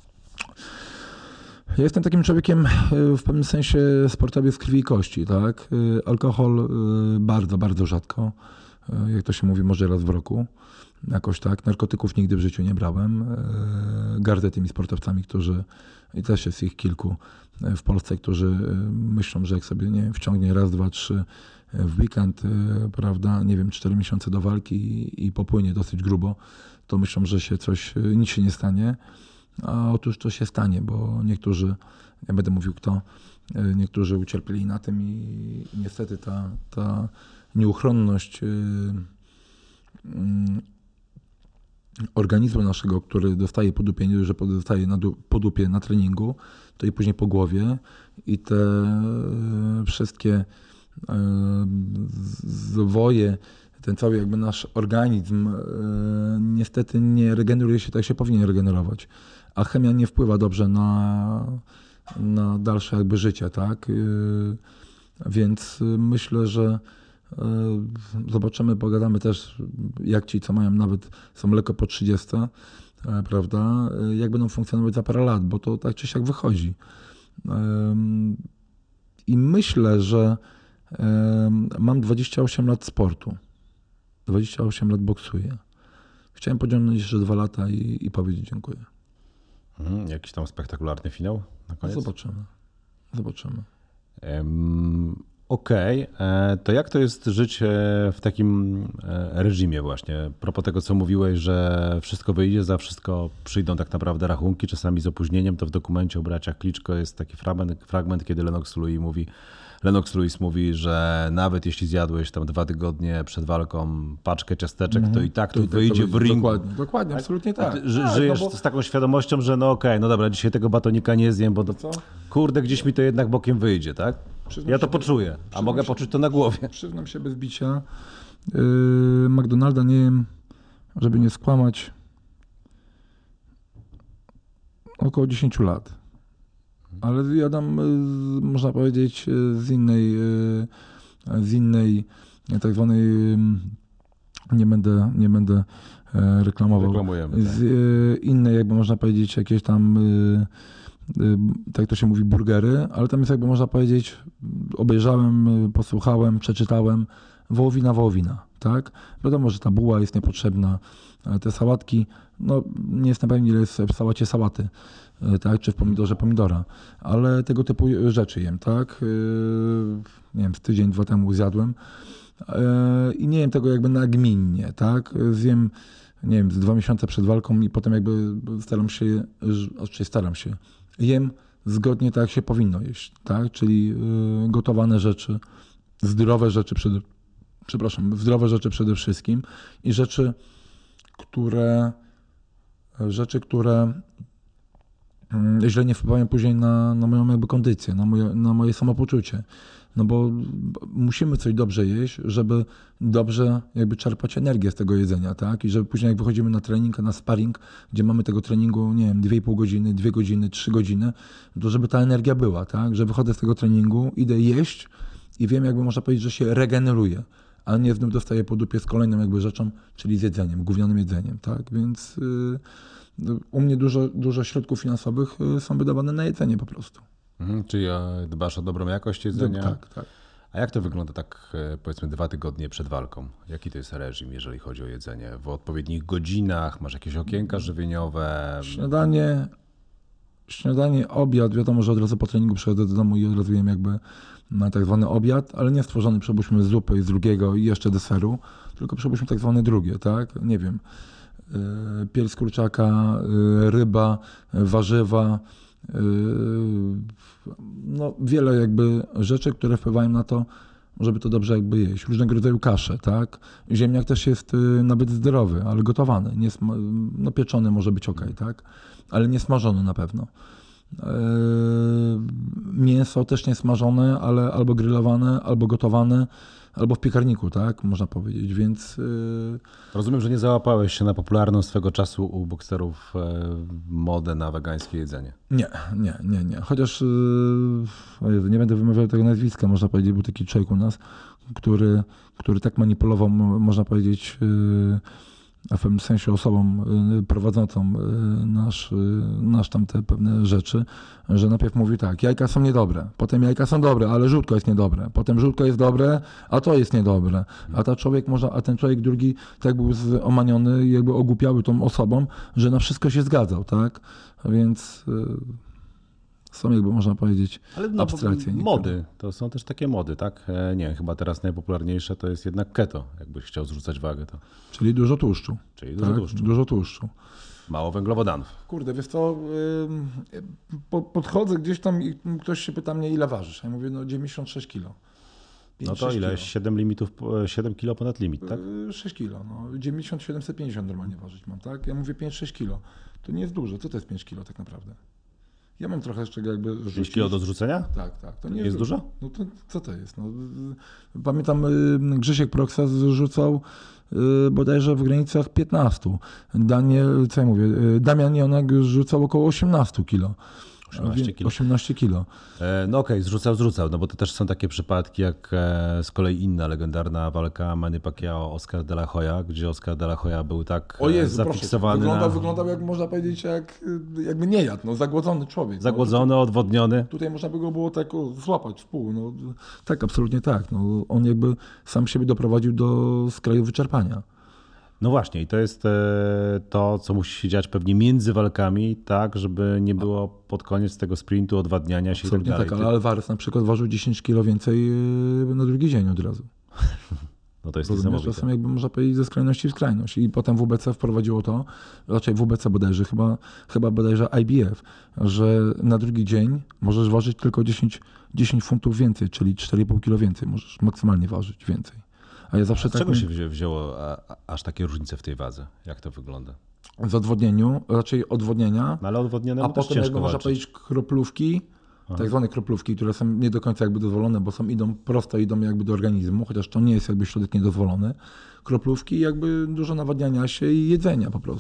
S2: jestem takim człowiekiem w pewnym sensie sportowiec z krwi i kości, tak? Alkohol bardzo, bardzo rzadko, jak to się mówi, może raz w roku, jakoś tak. Narkotyków nigdy w życiu nie brałem. Gardzę tymi sportowcami, którzy, i też jest ich kilku w Polsce, którzy myślą, że jak sobie, nie wiem, wciągnie raz, 2, 3 w weekend, prawda, nie wiem, 4 miesiące do walki i popłynie dosyć grubo, to myślą, że się nic się nie stanie. A otóż to się stanie, bo niektórzy, ja będę mówił kto, niektórzy ucierpieli na tym i niestety ta nieuchronność organizmu naszego, który dostaje po dupie, nie że dostaje po dupie na treningu, to i później po głowie i te wszystkie zwoje, ten cały jakby nasz organizm niestety nie regeneruje się tak, jak się powinien regenerować. A chemia nie wpływa dobrze na dalsze jakby życie, tak? Więc myślę, że zobaczymy, pogadamy też, jak ci, co mają nawet, są lekko po 30, prawda? Jak będą funkcjonować za parę lat, bo to tak czy siak wychodzi. I myślę, że mam 28 lat sportu. 28 lat boksuję. Chciałem pociągnąć jeszcze 2 lata i powiedzieć dziękuję.
S1: Jakiś tam spektakularny finał na koniec?
S2: Zobaczymy.
S1: Okej. To jak to jest żyć w takim reżimie właśnie? Propos tego, co mówiłeś, że wszystko wyjdzie, za wszystko przyjdą tak naprawdę rachunki, czasami z opóźnieniem, to w dokumencie o braciach Kliczko jest taki fragment, kiedy Lennox Lewis mówi, że nawet jeśli zjadłeś tam 2 tygodnie przed walką paczkę ciasteczek, to i tak to wyjdzie w ringu.
S2: Dokładnie, absolutnie tak.
S1: Żyjesz z taką świadomością, że no okej, no dobra, dzisiaj tego batonika nie zjem, bo to, kurde, gdzieś mi to jednak bokiem wyjdzie, tak? Ja to poczuję, a mogę poczuć to na głowie.
S2: Przyznam się bez bicia. McDonalda nie jem, żeby nie skłamać, około 10 lat. Ale jadam, można powiedzieć, z innej tak zwanej, nie będę reklamował.
S1: Reklamujemy, tak.
S2: Z innej, jakby można powiedzieć, jakieś tam tak to się mówi, burgery, ale tam jest jakby można powiedzieć, obejrzałem, posłuchałem, przeczytałem, wołowina, tak? Wiadomo, że ta buła jest niepotrzebna, ale te sałatki, no nie jestem pewien, ile jest w sałacie sałaty, tak? Czy w pomidorze pomidora, ale tego typu rzeczy jem, tak? Nie wiem, z tydzień, 2 temu zjadłem i nie jem tego jakby nagminnie, tak? Zjem, nie wiem, z 2 miesiące przed walką i potem jakby staram się, jem zgodnie tak, jak się powinno jeść, tak? Czyli gotowane rzeczy, zdrowe rzeczy przede wszystkim i rzeczy, które źle nie wpływają później na moją jakby kondycję, na moje samopoczucie. No bo musimy coś dobrze jeść, żeby dobrze jakby czerpać energię z tego jedzenia, tak? I żeby później jak wychodzimy na trening, na sparring, gdzie mamy tego treningu, nie wiem, 2,5 godziny, 2 godziny, 3 godziny, to żeby ta energia była, tak? Że wychodzę z tego treningu, idę jeść i wiem, jakby można powiedzieć, że się regeneruję, a nie znów dostaję po dupie z kolejną jakby rzeczą, czyli z jedzeniem, gównianym jedzeniem, tak? Więc u mnie dużo środków finansowych są wydawane na jedzenie po prostu.
S1: Czyli dbasz o dobrą jakość jedzenia?
S2: Tak.
S1: A jak to wygląda tak powiedzmy 2 tygodnie przed walką? Jaki to jest reżim, jeżeli chodzi o jedzenie? W odpowiednich godzinach? Masz jakieś okienka żywieniowe?
S2: Śniadanie, obiad. Wiadomo, że od razu po treningu przychodzę do domu i od razu jem jakby na tak zwany obiad, ale nie stworzony, przypuśćmy, z zupy, z drugiego i jeszcze deseru, tylko przypuśćmy tak zwane drugie, tak? Nie wiem, pierś z kurczaka, ryba, warzywa, no wiele jakby rzeczy, które wpływają na to, żeby to dobrze jakby jeść. Różnego rodzaju kasze, tak? Ziemniak też jest nawet zdrowy, ale gotowany. No pieczony może być okej, tak? Ale nie smażony na pewno. Mięso też nie smażone, ale albo grillowane, albo gotowane, albo w piekarniku, tak? Można powiedzieć, więc...
S1: Rozumiem, że nie załapałeś się na popularną swego czasu u bokserów modę na wegańskie jedzenie.
S2: Nie. Chociaż nie będę wymawiał tego nazwiska, można powiedzieć, był taki człowiek u nas, który tak manipulował, można powiedzieć, a w pewnym sensie osobą prowadzącą nasz tam te pewne rzeczy, że najpierw mówił tak, jajka są niedobre, potem jajka są dobre, ale żółtko jest niedobre, potem żółtko jest dobre, a to jest niedobre. A ten człowiek drugi tak był omaniony, jakby ogłupiały tą osobą, że na wszystko się zgadzał, tak? Więc są jakby można powiedzieć abstrakcje.
S1: Mody, to są też takie mody, tak? Nie, chyba teraz najpopularniejsze to jest jednak keto, jakbyś chciał zrzucać wagę. To...
S2: Czyli dużo tłuszczu. Dużo tłuszczu.
S1: Mało węglowodanów.
S2: Kurde, wiesz co, podchodzę gdzieś tam i ktoś się pyta mnie, ile ważysz? Ja mówię, 96 kilo.
S1: No to ile? 7 kilo ponad limit, tak?
S2: 6 kilo, 750 normalnie ważyć mam, tak? Ja mówię 5-6 kilo. To nie jest dużo. Co to jest 5 kilo tak naprawdę? Ja mam trochę jeszcze jakby...
S1: 5 kilo do zrzucenia?
S2: Tak.
S1: To nie jest dużo?
S2: No to co to jest? No, pamiętam Grzesiek Proksa zrzucał bodajże w granicach 15. Damian Jonek rzucał około 18 kilo. 18 kilo.
S1: No okej, zrzucał, no bo to też są takie przypadki jak z kolei inna legendarna walka Manny Pacquiao, Oscar de la Hoya, gdzie Oscar de la Hoya był tak zafiksowany
S2: Wyglądał jak można powiedzieć, jakby nie jadł, zagłodzony człowiek.
S1: Zagłodzony, odwodniony.
S2: Tutaj można by go było tak złapać w pół. Tak, absolutnie tak. On jakby sam siebie doprowadził do skraju wyczerpania.
S1: No właśnie i to jest to, co musi się dziać pewnie między walkami, tak, żeby nie było pod koniec tego sprintu odwadniania się
S2: absolutnie
S1: i tak dalej.
S2: Tak, ale Alvarez na przykład ważył 10 kilo więcej na drugi dzień od razu.
S1: No to jest niesamowite.
S2: Czasem jakby można powiedzieć ze skrajności w skrajność. I potem WBC wprowadziło to, raczej WBC bodajże, chyba bodajże IBF, że na drugi dzień możesz ważyć tylko 10 funtów więcej, czyli 4,5 kilo więcej możesz maksymalnie ważyć więcej. A ja zawsze
S1: z czego się wzięło aż takie różnice w tej wadze? Jak to wygląda?
S2: W odwodnieniu, raczej odwodnienia,
S1: ale odwodnione
S2: a potem jakby można powiedzieć kroplówki, tak zwane kroplówki, które są nie do końca jakby dozwolone, bo prosto idą jakby do organizmu, chociaż to nie jest jakby środek niedozwolony. Kroplówki jakby dużo nawadniania się i jedzenia po prostu.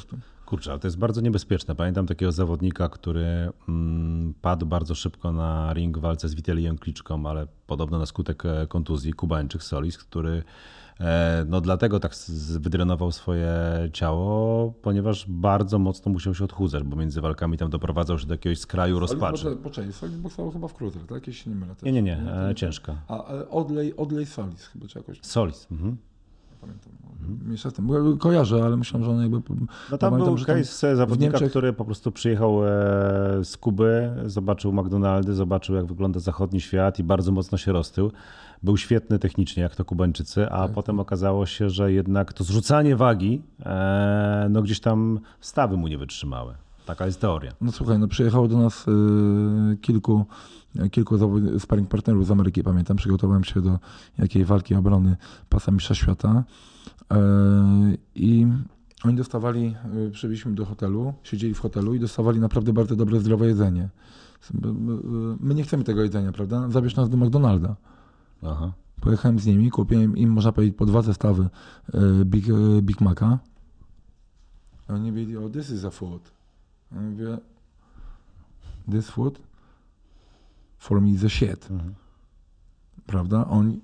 S1: Kurczę, ale to jest bardzo niebezpieczne. Pamiętam takiego zawodnika, który padł bardzo szybko na ring w walce z Witalijem Kliczką, ale podobno na skutek kontuzji, Kubańczyk Solis, który no dlatego tak wydrenował swoje ciało, ponieważ bardzo mocno musiał się odchudzać, bo między walkami tam doprowadzał się do jakiegoś skraju rozpaczy.
S2: Poczekaj, Solis boksował chyba w Cruiser, tak? Jeśli nie mylę.
S1: Nie, ciężka.
S2: A Odlej Solis chyba czy jakoś.
S1: Solis.
S2: Pamiętam. Mniejsza z tym. Kojarzę, ale myślałem, że on jakby...
S1: No tam
S2: pamiętam,
S1: był
S2: że
S1: case zawodnika,
S2: Niemczech...
S1: który po prostu przyjechał z Kuby, zobaczył McDonaldy, zobaczył jak wygląda zachodni świat i bardzo mocno się roztył. Był świetny technicznie, jak to Kubańczycy, a potem okazało się, że jednak to zrzucanie wagi, no gdzieś tam stawy mu nie wytrzymały. Taka jest teoria.
S2: No słuchaj, no przyjechało do nas kilku sparring partnerów z Ameryki, pamiętam. Przygotowałem się do jakiej walki obrony pasa mistrza świata i oni dostawali, przybyliśmy do hotelu, siedzieli w hotelu i dostawali naprawdę bardzo dobre, zdrowe jedzenie. My nie chcemy tego jedzenia, prawda? Zabierz nas do McDonalda.
S1: Aha.
S2: Pojechałem z nimi, kupiłem im, można powiedzieć, po 2 zestawy Big Maca. A oni mówili, oh, this is a food. Ja mówię, this food for me is a shit. Prawda? Oni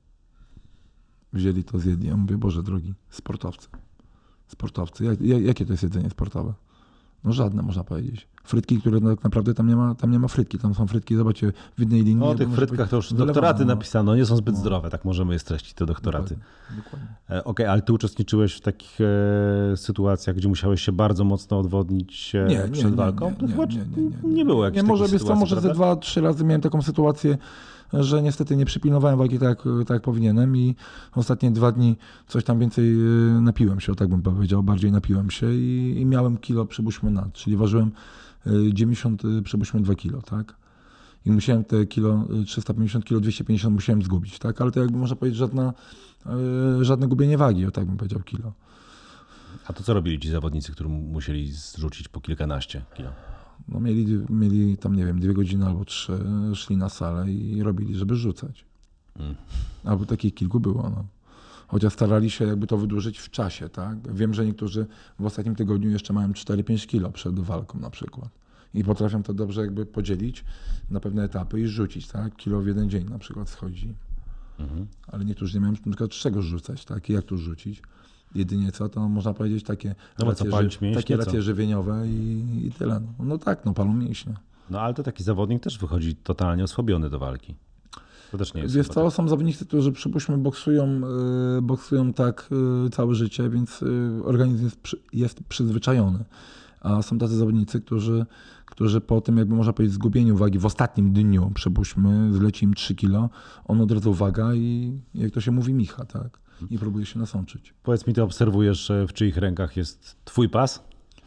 S2: wzięli to, zjedli. Ja mówię, Boże drogi, sportowcy. Jakie to jest jedzenie sportowe? No żadne, można powiedzieć. Frytki, które tak naprawdę tam nie ma frytki. Tam są frytki, zobaczcie, w jednej linii.
S1: No o tych frytkach to już doktoraty napisano, nie są zbyt zdrowe, tak możemy je streścić, te doktoraty.
S2: Dokładnie.
S1: Okej, ale ty uczestniczyłeś w takich sytuacjach, gdzie musiałeś się bardzo mocno odwodnić przed walką? Nie było jakichś takich sytuacji,
S2: może ze 2-3 razy miałem taką sytuację, że niestety nie przypilnowałem walki tak jak powinienem i ostatnie 2 dni coś tam więcej napiłem się, tak bym powiedział, bardziej napiłem się i miałem kilo, przypuśćmy czyli ważyłem 90, przypuśćmy 2 kilo, tak? I musiałem te kilo, 350 kilo, 250 musiałem zgubić, tak? Ale to jakby można powiedzieć żadne gubienie wagi, tak bym powiedział, kilo.
S1: A to co robili ci zawodnicy, którzy musieli zrzucić po kilkanaście kilo?
S2: No mieli tam, nie wiem, 2 godziny albo 3, szli na salę i robili, żeby rzucać. Albo takich kilku było, no. Chociaż starali się jakby to wydłużyć w czasie, tak? Wiem, że niektórzy w ostatnim tygodniu jeszcze mają 4-5 kilo przed walką na przykład. I potrafią to dobrze jakby podzielić na pewne etapy i rzucić, tak? Kilo w jeden dzień na przykład schodzi. Ale niektórzy nie mają na przykład czego rzucać, tak? I jak tu rzucić? Jedynie co, to można powiedzieć takie racje żywieniowe i tyle. No tak, palą mięśnie.
S1: No ale to taki zawodnik też wychodzi totalnie osłabiony do walki. To też nie jest.
S2: Wiesz co, są zawodnicy, którzy przypuśćmy boksują tak całe życie, więc organizm jest przyzwyczajony. A są tacy zawodnicy, którzy po tym, jakby można powiedzieć, zgubieniu wagi w ostatnim dniu, przypuśćmy, zleci im 3 kilo, on od razu waga i jak to się mówi, micha, tak? I próbuje się nasączyć.
S1: Powiedz mi, ty obserwujesz, w czyich rękach jest twój pas?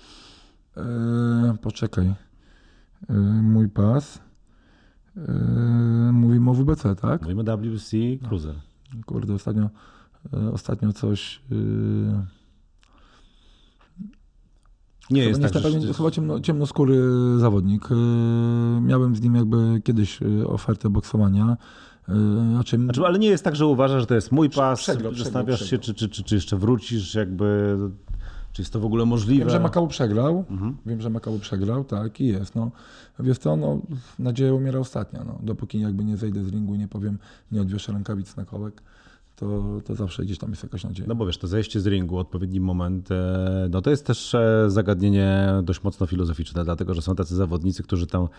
S2: Poczekaj. Mój pas. Mówimy o WBC, tak?
S1: Mówimy o WBC Cruiser.
S2: Kurde, ostatnio coś...
S1: Nie jest tak,
S2: chyba ciemnoskóry zawodnik. Miałem z nim jakby kiedyś ofertę boksowania.
S1: Ale nie jest tak, że uważasz, że to jest mój pas,
S2: przegrał.
S1: Zastanawiasz się, czy jeszcze wrócisz, jakby, czy jest to w ogóle możliwe?
S2: Wiem, że Macau przegrał, tak, i jest. No. Wiesz co, nadzieja umiera ostatnia. No. Dopóki jakby nie zejdę z ringu i nie powiem, nie odwieszę rękawic na kołek, to zawsze gdzieś tam jest jakaś nadzieja.
S1: No bo wiesz, to zejście z ringu, odpowiedni moment, no to jest też zagadnienie dość mocno filozoficzne, dlatego że są tacy zawodnicy, którzy tam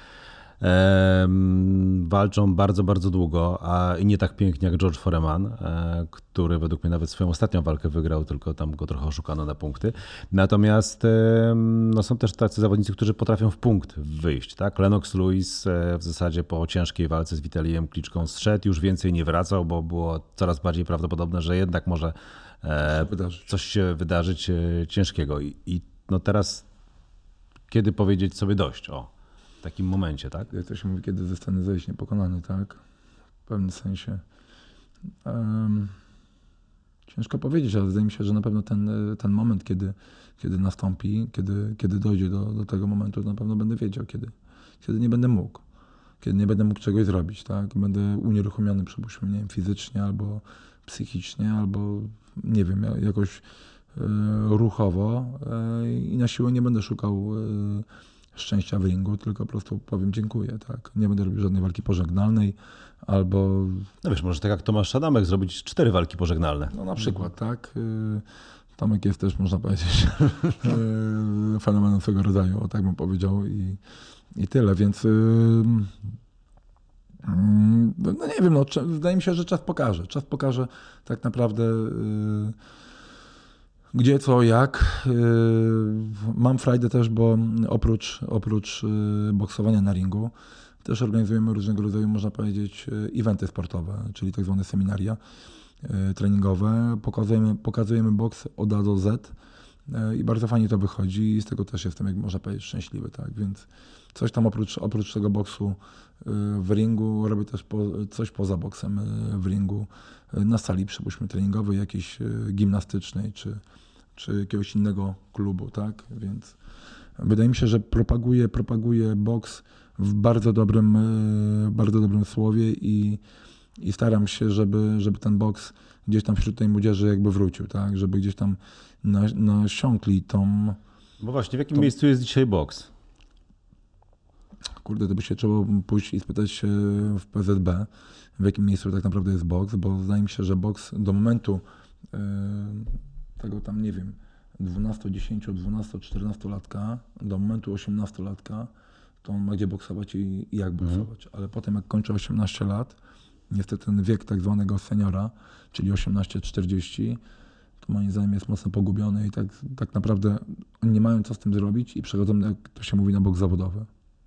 S1: walczą bardzo, bardzo długo, a i nie tak pięknie jak George Foreman, który według mnie nawet swoją ostatnią walkę wygrał, tylko tam go trochę oszukano na punkty. Natomiast no, są też tacy zawodnicy, którzy potrafią w punkt wyjść. Tak? Lennox Lewis w zasadzie po ciężkiej walce z Witalijem Kliczką zszedł, już więcej nie wracał, bo było coraz bardziej prawdopodobne, że jednak może coś się wydarzyć ciężkiego. I no teraz kiedy powiedzieć sobie dość? W takim momencie, tak?
S2: Jak to się mówi, kiedy zostanę zejść niepokonany, tak? W pewnym sensie. Ciężko powiedzieć, ale wydaje mi się, że na pewno ten moment, kiedy nastąpi, kiedy dojdzie do tego momentu, na pewno będę wiedział, kiedy nie będę mógł. Kiedy nie będę mógł czegoś zrobić, tak? Będę unieruchomiony, przypuśćmy, nie wiem, fizycznie albo psychicznie, albo nie wiem, jakoś ruchowo i na siłę nie będę szukał szczęścia w ringu, tylko po prostu powiem dziękuję. Tak? Nie będę robił żadnej walki pożegnalnej albo...
S1: No wiesz, może tak jak Tomasz Adamek zrobić 4 walki pożegnalne.
S2: No na przykład, tak. Tomek jest też, można powiedzieć, fenomenem swego rodzaju, o tak bym powiedział i tyle, więc no nie wiem, no, wydaje mi się, że czas pokaże. Czas pokaże tak naprawdę gdzie, co, jak. Mam frajdę też, bo oprócz boksowania na ringu też organizujemy różnego rodzaju, można powiedzieć, eventy sportowe, czyli tak zwane seminaria treningowe. Pokazujemy boks od A do Z i bardzo fajnie to wychodzi i z tego też jestem, jak można powiedzieć, szczęśliwy. Tak? Więc coś tam oprócz tego boksu w ringu robię też coś poza boksem w ringu na sali, przypuśćmy, treningowej, jakiejś gimnastycznej czy jakiegoś innego klubu. Tak? Więc wydaje mi się, że propaguję boks w bardzo dobrym słowie i staram się, żeby ten boks gdzieś tam wśród tej młodzieży jakby wrócił, tak? Żeby gdzieś tam nasiąkli tą...
S1: Bo właśnie, w jakim miejscu jest dzisiaj boks?
S2: Kurde, to by się trzeba pójść i spytać się w PZB, w jakim miejscu tak naprawdę jest boks, bo wydaje mi się, że boks do momentu tego tam, nie wiem, 12, 10, 12, 14-latka, do momentu 18-latka, to on ma gdzie boksować i jak boksować. Ale potem jak kończy 18 lat, niestety ten wiek tak zwanego seniora, czyli 18-40, to moim zdaniem jest mocno pogubiony i tak naprawdę oni nie mają co z tym zrobić i przechodzą, jak to się mówi, na boks zawodowy.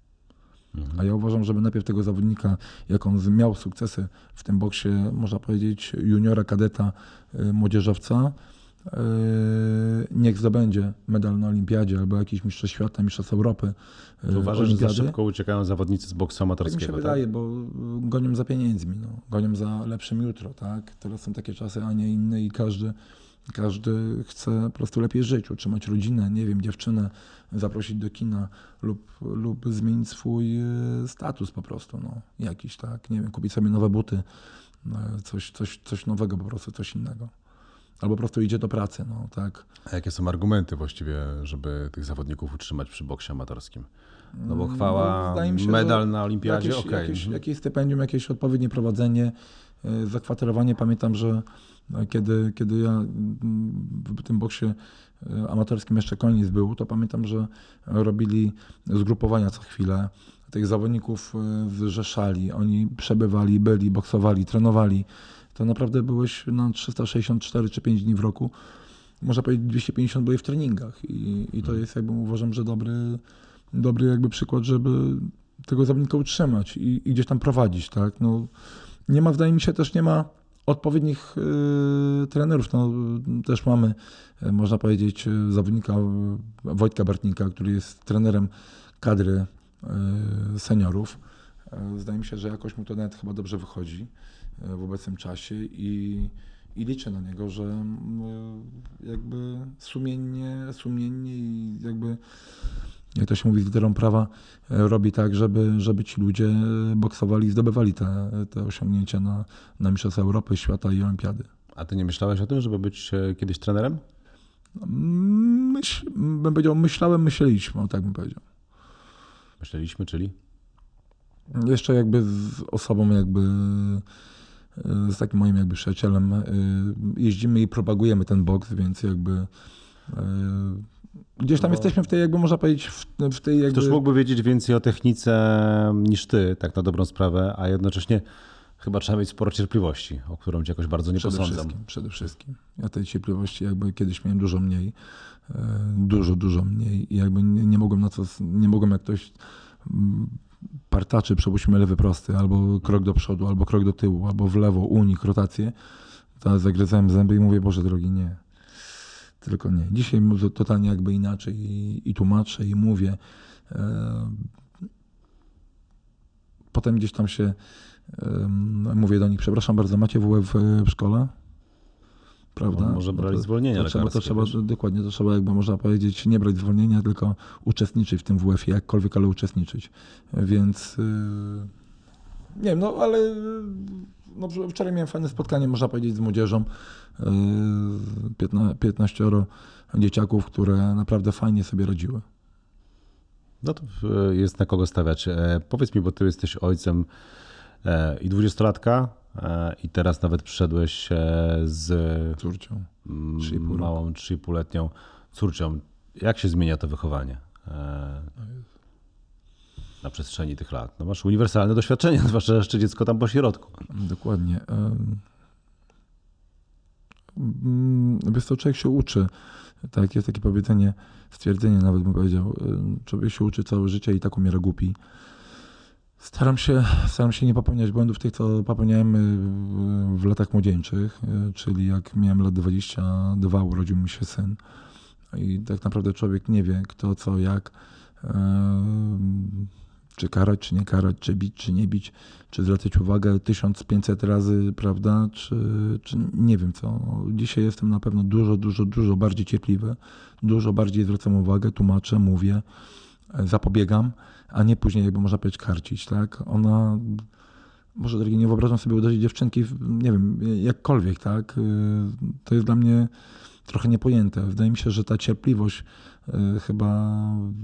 S2: A ja uważam, żeby najpierw tego zawodnika, jak on miał sukcesy w tym boksie, można powiedzieć, juniora, kadeta, młodzieżowca, niech zdobędzie medal na olimpiadzie albo jakiś mistrzostw świata, mistrzostw Europy.
S1: To uważasz, że za szybko uciekają zawodnicy z boksu
S2: Tak
S1: amatorskiego?
S2: mi się wydaje, bo gonią za pieniędzmi, no. Gonią za lepszym jutro. Tak? Teraz są takie czasy, a nie inne i każdy chce po prostu lepiej żyć, utrzymać rodzinę, nie wiem, dziewczynę, zaprosić do kina lub zmienić swój status po prostu, no, jakiś, tak, nie wiem, kupić sobie nowe buty, coś nowego po prostu, coś innego. Albo po prostu idzie do pracy, no, tak.
S1: A jakie są argumenty właściwie, żeby tych zawodników utrzymać przy boksie amatorskim? No bo chwała,
S2: Wydaje mi się,
S1: medal na olimpiadzie, okej.
S2: Jakieś stypendium, jakieś odpowiednie prowadzenie, zakwaterowanie. Pamiętam, że kiedy ja w tym boksie amatorskim jeszcze Koniec był, to pamiętam, że robili zgrupowania co chwilę. Tych zawodników zrzeszali, oni przebywali, byli, boksowali, trenowali. To naprawdę byłeś na 364 czy 5 dni w roku. Można powiedzieć 250 były w treningach i to jest, jakby uważam, że dobry jakby przykład, żeby tego zawodnika utrzymać i gdzieś tam prowadzić, tak? No, nie ma, wydaje mi się, też nie ma odpowiednich trenerów. No, też mamy, można powiedzieć, zawodnika Wojtka Bartnika, który jest trenerem kadry seniorów. Zdaje mi się, że jakoś mu to nawet chyba dobrze wychodzi w obecnym czasie i liczę na niego, że jakby sumiennie i jakby, jak to się mówi, z literą prawa, robi tak, żeby ci ludzie boksowali i zdobywali te osiągnięcia na Mistrzostwa Europy, Świata i Olimpiady.
S1: A ty nie myślałeś o tym, żeby być kiedyś trenerem?
S2: Bym powiedział, myśleliśmy, o tak bym powiedział.
S1: Myśleliśmy, czyli?
S2: Jeszcze jakby z osobą z takim moim jakby przyjacielem jeździmy i propagujemy ten boks, więc jakby gdzieś tam jesteśmy w tej, jakby można powiedzieć, w tej jakby...
S1: Ktoś mógłby wiedzieć więcej o technice niż ty, tak na dobrą sprawę, a jednocześnie chyba trzeba mieć sporo cierpliwości, o którą cię jakoś bardzo nie posądzam.
S2: Przede wszystkim. Ja tej cierpliwości jakby kiedyś miałem dużo mniej, dużo mniej i jakby nie mogłem jak ktoś partaczy, przepuśćmy lewy prosty, albo krok do przodu, albo krok do tyłu, albo w lewo, unik, rotację, to zagryzałem zęby i mówię, Boże drogi, nie. Tylko nie. Dzisiaj totalnie jakby inaczej i tłumaczę i mówię. Potem gdzieś tam się mówię do nich, przepraszam bardzo, macie WF w szkole? Prawda?
S1: No, może brali zwolnienia lekarskie.
S2: Dokładnie, to trzeba, jakby można powiedzieć, nie brać zwolnienia, tylko uczestniczyć w tym WF-ie, jakkolwiek, ale uczestniczyć. Więc Nie wiem, no ale no, wczoraj miałem fajne spotkanie, można powiedzieć, z młodzieżą. 15 dzieciaków, które naprawdę fajnie sobie radziły.
S1: No to jest na kogo stawiać. Powiedz mi, bo ty jesteś ojcem i 20-latka i teraz nawet przyszedłeś z
S2: Córcią.
S1: małą 3,5-letnią córcią. Jak się zmienia to wychowanie na przestrzeni tych lat? No masz uniwersalne doświadczenie, zwłaszcza jeszcze dziecko tam po środku.
S2: Dokładnie. Wiesz co, człowiek się uczy. Tak, jest takie powiedzenie, stwierdzenie nawet bym powiedział. Człowiek się uczy całe życie i tak umiera głupi. Staram się nie popełniać błędów tych, co popełniałem w latach młodzieńczych, czyli jak miałem lat 22, urodził mi się syn. I tak naprawdę człowiek nie wie kto, co, jak, czy karać, czy nie karać, czy bić, czy nie bić, czy zwracać uwagę 1500 razy, prawda, czy nie wiem co. Dzisiaj jestem na pewno dużo bardziej cierpliwy, dużo bardziej zwracam uwagę, tłumaczę, mówię, zapobiegam, a nie później jakby można powiedzieć karcić, tak. Ona, może drogi, nie wyobrażam sobie uderzyć dziewczynki, nie wiem, jakkolwiek, tak. To jest dla mnie trochę niepojęte. Wydaje mi się, że ta cierpliwość chyba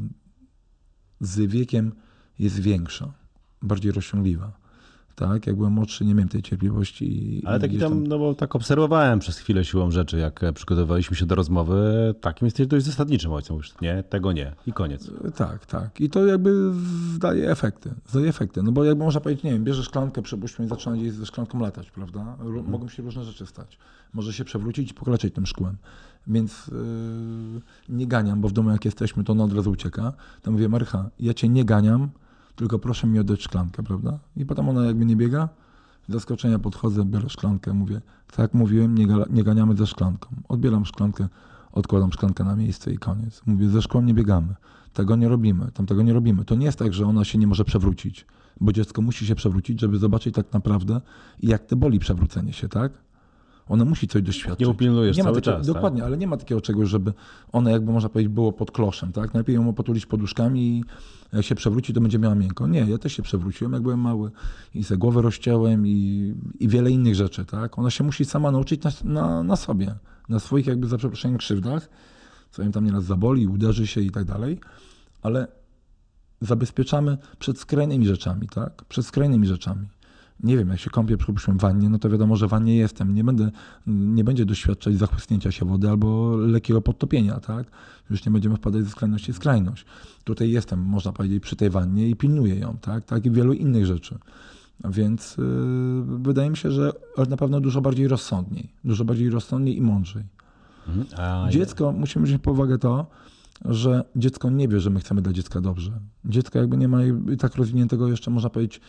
S2: z wiekiem jest większa, bardziej rozciągliwa. Tak, jak byłem młodszy, nie miałem tej cierpliwości.
S1: Ale taki tam, no bo tak obserwowałem przez chwilę siłą rzeczy, jak przygotowywaliśmy się do rozmowy, takim jesteś dość zasadniczym ojcem. Mówisz, nie, tego nie i koniec.
S2: Tak. I to jakby daje efekty. No bo jakby można powiedzieć, nie wiem, bierzesz szklankę, przypuśćmy i zaczyna gdzieś ze szklanką latać, prawda? Mogą się różne rzeczy stać. Może się przewrócić i pokaleczyć tym szkłem. Więc nie ganiam, bo w domu jak jesteśmy, to ona od razu ucieka. To mówię, Marycha, ja cię nie ganiam, tylko proszę mi oddać szklankę, prawda? I potem ona jakby nie biega, z zaskoczenia podchodzę, biorę szklankę, mówię, tak jak mówiłem, nie ganiamy ze szklanką. Odbieram szklankę, odkładam szklankę na miejsce i koniec. Mówię, ze szkłem nie biegamy, tego nie robimy, tamtego nie robimy. To nie jest tak, że ona się nie może przewrócić, bo dziecko musi się przewrócić, żeby zobaczyć tak naprawdę, jak to boli przewrócenie się, tak? Ona musi coś doświadczyć.
S1: Nie upilnujesz
S2: nie ma
S1: cały
S2: takiego,
S1: czas.
S2: Dokładnie,
S1: tak?
S2: ale nie ma takiego czegoś, żeby ona, jakby można powiedzieć, było pod kloszem, tak? Najlepiej ją potulić poduszkami i jak się przewróci, to będzie miała miękko. Nie, ja też się przewróciłem, jak byłem mały i sobie głowę rozciąłem i wiele innych rzeczy, tak? Ona się musi sama nauczyć na sobie, na swoich jakby za przeproszeniem krzywdach, co ją tam nieraz zaboli, uderzy się i tak dalej, ale zabezpieczamy przed skrajnymi rzeczami, tak? Przed skrajnymi rzeczami. Nie wiem, jak się kąpię, przypuśćmy, w wannie, no to wiadomo, że w wannie jestem. Nie będzie doświadczać zachłysnięcia się wody albo lekkiego podtopienia, tak? Już nie będziemy wpadać ze skrajności w skrajność. Tutaj jestem, można powiedzieć, przy tej wannie i pilnuję ją, tak? I wielu innych rzeczy. Więc wydaje mi się, że na pewno dużo bardziej rozsądniej i mądrzej. Dziecko, musimy wziąć pod uwagę to, że dziecko nie wie, że my chcemy dla dziecka dobrze. Dziecko jakby nie ma tak rozwiniętego jeszcze, można powiedzieć,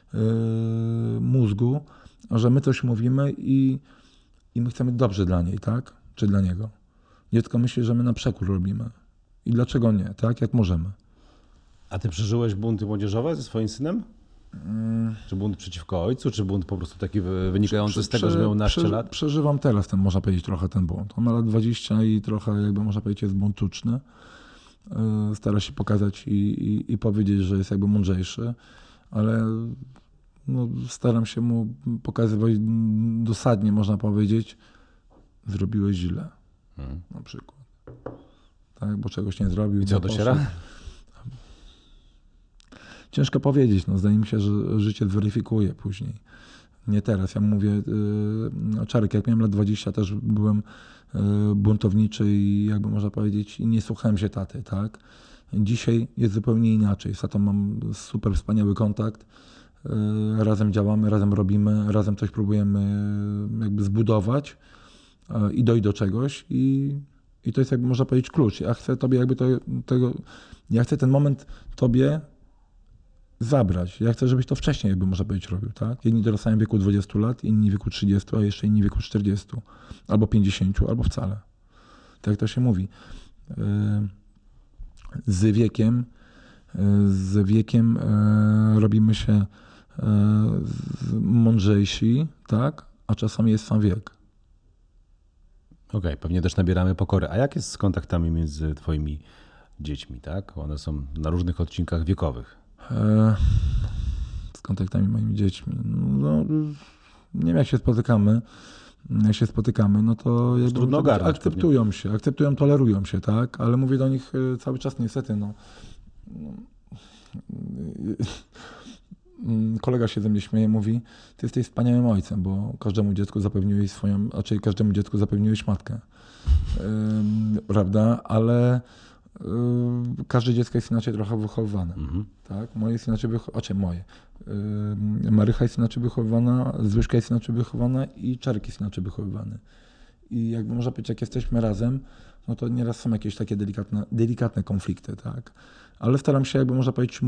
S2: mózgu, że my coś mówimy i my chcemy dobrze dla niej, tak? Czy dla niego. Dziecko myśli, że my na przekór robimy. I dlaczego nie? Tak? Jak możemy.
S1: A ty przeżyłeś bunty młodzieżowe ze swoim synem? Czy bunt przeciwko ojcu, czy bunt po prostu taki wynikający z tego, że miał naście lat?
S2: Przeżywam teraz można powiedzieć, trochę ten bunt. On ma lat 20 i trochę, jakby można powiedzieć, jest buntuczny. Stara się pokazać i powiedzieć, że jest jakby mądrzejszy, ale no, staram się mu pokazywać dosadnie, można powiedzieć, zrobiłeś źle, na przykład. Tak, bo czegoś nie zrobił.
S1: I co, dociera?
S2: Ciężko powiedzieć, no, zdaje mi się, że życie zweryfikuje później. Nie teraz, ja mówię, Czarek, jak miałem lat 20, też byłem buntowniczy i jakby można powiedzieć, i nie słuchałem się taty, tak? Dzisiaj jest zupełnie inaczej. Z tatą mam super wspaniały kontakt. Razem działamy, razem robimy, razem coś próbujemy jakby zbudować i dojść do czegoś i to jest jakby można powiedzieć klucz. Ja chcę tobie jakby ja chcę ten moment tobie zabrać. Ja chcę, żebyś to wcześniej jakby można powiedzieć robił, tak? Jedni dorastają w wieku 20 lat, inni w wieku 30, a jeszcze inni w wieku 40, albo 50, albo wcale. Tak jak to się mówi. Z wiekiem robimy się mądrzejsi, tak? A czasami jest sam wiek.
S1: Okej, pewnie też nabieramy pokory. A jak jest z kontaktami między twoimi dziećmi, tak? One są na różnych odcinkach wiekowych.
S2: kontaktami moimi dziećmi. No, nie wiem, jak się spotykamy, no to jakby
S1: trudno ogarnąć
S2: akceptują się, tolerują się, tak? Ale mówię do nich cały czas niestety, kolega się ze mnie śmieje, mówi, ty jesteś wspaniałym ojcem, bo każdemu dziecku zapewniłeś matkę. Prawda? Ale każde dziecko jest inaczej trochę wychowywane. Tak? Moje jest inaczej wychowane. Marycha jest inaczej wychowywana, Zbyszka jest inaczej wychowana i Czarek jest inaczej wychowywany. I jakby można powiedzieć, jak jesteśmy razem, no to nieraz są jakieś takie delikatne konflikty, tak? Ale staram się, jakby można powiedzieć,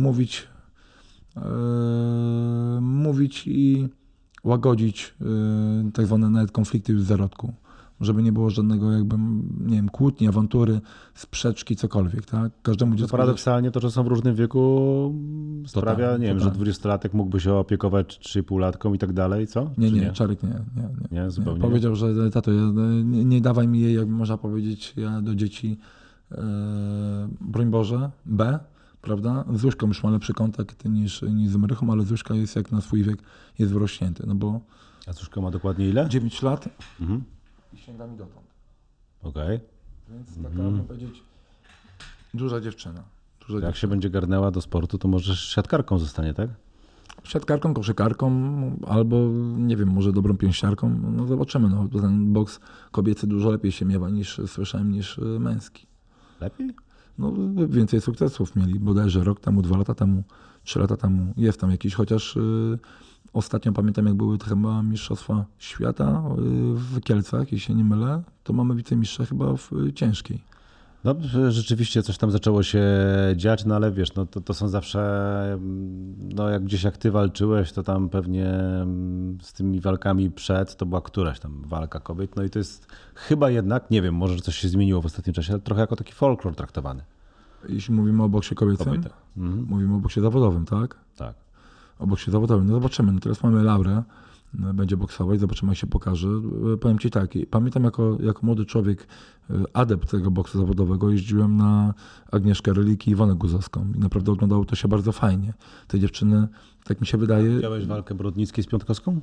S2: mówić i łagodzić tak zwane nawet konflikty już w zarodku. Żeby nie było żadnego jakby, nie wiem, kłótni, awantury, sprzeczki, cokolwiek, tak? Każdemu dziecku...
S1: Paradoksalnie to, że są w różnym wieku sprawia,
S2: tak,
S1: nie wiem, że 20-latek mógłby się opiekować 3,5-latką i tak dalej, co?
S2: Nie, Czarek nie.
S1: Nie, zupełnie.
S2: Powiedział, że tato, nie dawaj mi jej, jak można powiedzieć, ja do dzieci, broń Boże, B, prawda? Z Zuśką już ma lepszy kontakt niż z Marychą, ale Zuśka jest jak na swój wiek, jest wrośnięty, no bo...
S1: A Zuśka ma dokładnie ile?
S2: 9 lat i sięga mi dotąd.
S1: Okej.
S2: Więc taka, można powiedzieć, duża dziewczyna.
S1: Jak się będzie garnęła do sportu, to może siatkarką zostanie, tak?
S2: Siatkarką, koszykarką, albo nie wiem, może dobrą pięściarką. No zobaczymy. No, ten boks kobiecy dużo lepiej się miewa niż męski.
S1: Lepiej?
S2: No więcej sukcesów mieli, bodajże rok temu, 2 lata temu, 3 lata temu. Jest tam jakiś, chociaż ostatnio pamiętam, jak były chyba mistrzostwa świata w Kielcach, jeśli się nie mylę, to mamy wicemistrza chyba w ciężkiej.
S1: No rzeczywiście coś tam zaczęło się dziać, no ale wiesz, no to są zawsze, no jak gdzieś jak ty walczyłeś, to tam pewnie z tymi walkami to była któraś tam walka kobiet, no i to jest chyba jednak, nie wiem, może coś się zmieniło w ostatnim czasie, ale trochę jako taki folklor traktowany.
S2: Jeśli mówimy o boksie kobiecym, mówimy o boksie zawodowym, tak?
S1: Tak.
S2: O boksie zawodowym, no zobaczymy, no teraz mamy Laurę, będzie boksować, zobaczymy, jak się pokaże. Powiem ci tak, pamiętam jako młody człowiek, adept tego boksu zawodowego, jeździłem na Agnieszkę Reliki i Iwonę Guzowską i naprawdę oglądało to się bardzo fajnie. Te dziewczyny, tak mi się wydaje...
S1: Widziałeś walkę Brodnickiej z Piątkowską?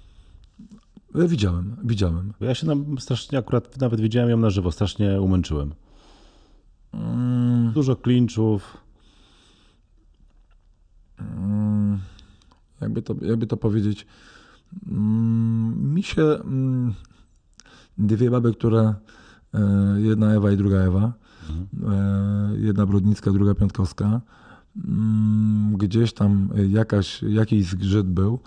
S2: Widziałem.
S1: Bo ja się strasznie, akurat nawet widziałem ją na żywo, strasznie umęczyłem. Dużo klinczów.
S2: Jakby to powiedzieć, mi się dwie baby, które jedna Ewa i druga Ewa, jedna Brodnicka, druga Piątkowska, gdzieś tam jakiś zgrzyt był.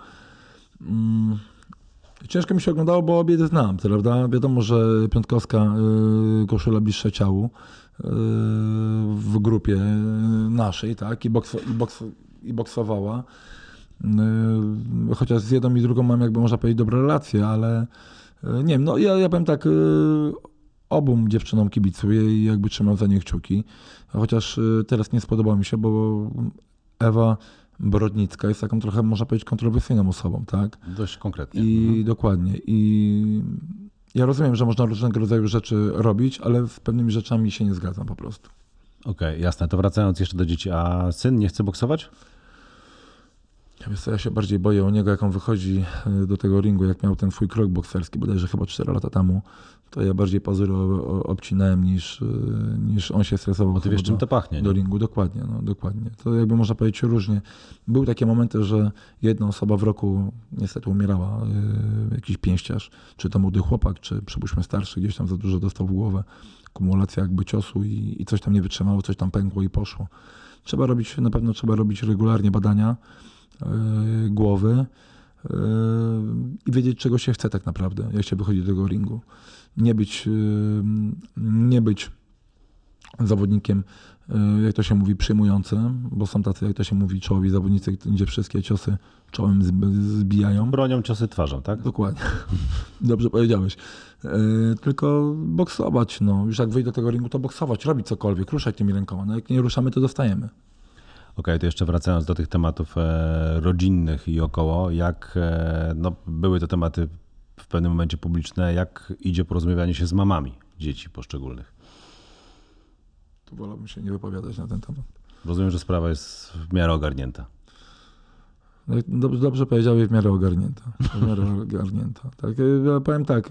S2: Ciężko mi się oglądało, bo obie znam, prawda? Wiadomo, że Piątkowska koszula bliższa ciału w grupie naszej, tak? I boksowała. Chociaż z jedną i drugą mam, jakby można powiedzieć, dobre relacje, ale nie wiem, no ja powiem tak, obu dziewczynom kibicuję i jakby trzymam za nie kciuki. Chociaż teraz nie spodobało mi się, bo Ewa Brodnicka jest taką trochę, można powiedzieć, kontrowersyjną osobą, tak?
S1: Dość konkretnie.
S2: I dokładnie. I ja rozumiem, że można różnego rodzaju rzeczy robić, ale z pewnymi rzeczami się nie zgadzam po prostu.
S1: Okej, jasne. To wracając jeszcze do dzieci, a syn nie chce boksować?
S2: Wiesz co, ja się bardziej boję o niego, jak on wychodzi do tego ringu, jak miał ten swój krok bokserski, bodajże chyba 4 lata temu, to ja bardziej pazury obcinałem niż on się stresował.
S1: Bo ty wiesz, czym to pachnie.
S2: Do ringu, dokładnie. To jakby można powiedzieć różnie. Były takie momenty, że jedna osoba w roku niestety umierała, jakiś pięściarz, czy to młody chłopak, czy przypuśćmy starszy, gdzieś tam za dużo dostał w głowę, kumulacja jakby ciosu i coś tam nie wytrzymało, coś tam pękło i poszło. Na pewno trzeba robić regularnie badania głowy i wiedzieć, czego się chce tak naprawdę, jak się wychodzi do tego ringu. Nie być zawodnikiem, jak to się mówi, przyjmującym, bo są tacy, jak to się mówi, czołowi zawodnicy, gdzie wszystkie ciosy czołem zbijają.
S1: Bronią ciosy twarzą, tak?
S2: Dokładnie. Dobrze powiedziałeś. Tylko boksować. No. Już jak wyjdę do tego ringu, to boksować, robić cokolwiek, ruszać tymi rękoma. No, jak nie ruszamy, to dostajemy.
S1: Okej, to jeszcze wracając do tych tematów rodzinnych i około, jak były to tematy w pewnym momencie publiczne, jak idzie porozmawianie się z mamami dzieci poszczególnych?
S2: Tu wolałbym się nie wypowiadać na ten temat.
S1: Rozumiem, że sprawa jest w miarę ogarnięta.
S2: Dobrze powiedziałeś, w miarę ogarnięta. W miarę ogarnięta. Tak, ja powiem tak,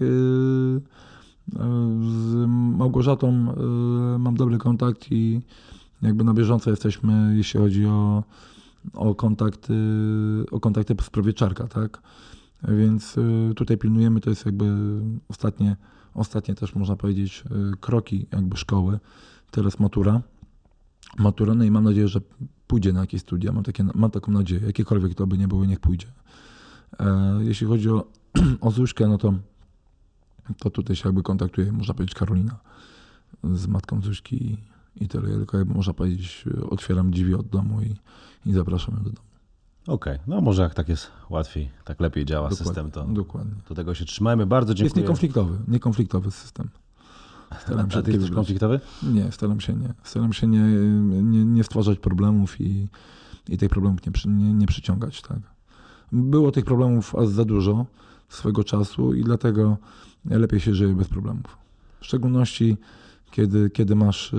S2: z Małgorzatą mam dobry kontakt i jakby na bieżąco jesteśmy, jeśli chodzi o kontakty w sprawie Czarka, tak? Więc tutaj pilnujemy, to jest jakby ostatnie też można powiedzieć kroki jakby szkoły. Teraz matura, no i mam nadzieję, że pójdzie na jakieś studia. Mam taką nadzieję, jakiekolwiek to by nie było, niech pójdzie. Jeśli chodzi o Zuśkę, no to tutaj się jakby kontaktuje, można powiedzieć, Karolina z matką Zuśki i tyle. Ja tylko jakby można powiedzieć, otwieram drzwi od domu i zapraszam ją do domu.
S1: Okej, no może jak tak jest łatwiej, tak lepiej działa
S2: Dokładnie,
S1: system, to
S2: dokładnie.
S1: do tego się trzymajmy. Bardzo dziękuję.
S2: Jest niekonfliktowy system. Staram się
S1: A ty jesteś konfliktowy?
S2: Nie, staram się nie stwarzać problemów i tych problemów nie przyciągać. Tak. Było tych problemów aż za dużo swego czasu i dlatego lepiej się żyje bez problemów. W szczególności kiedy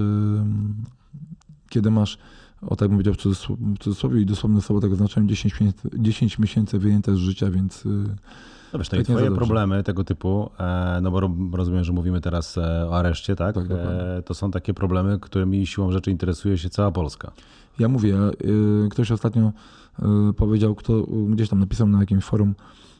S2: masz, o tak bym powiedział w cudzysłowie i dosłowne słowo tego znaczenia 10 miesięcy wyjęte z życia, więc
S1: No wiesz, to i twoje problemy tego typu, no bo rozumiem, że mówimy teraz o areszcie, tak?
S2: Tak,
S1: to są takie problemy, którymi siłą rzeczy interesuje się cała Polska.
S2: Ja mówię, ktoś ostatnio powiedział, kto gdzieś tam napisał na jakimś forum,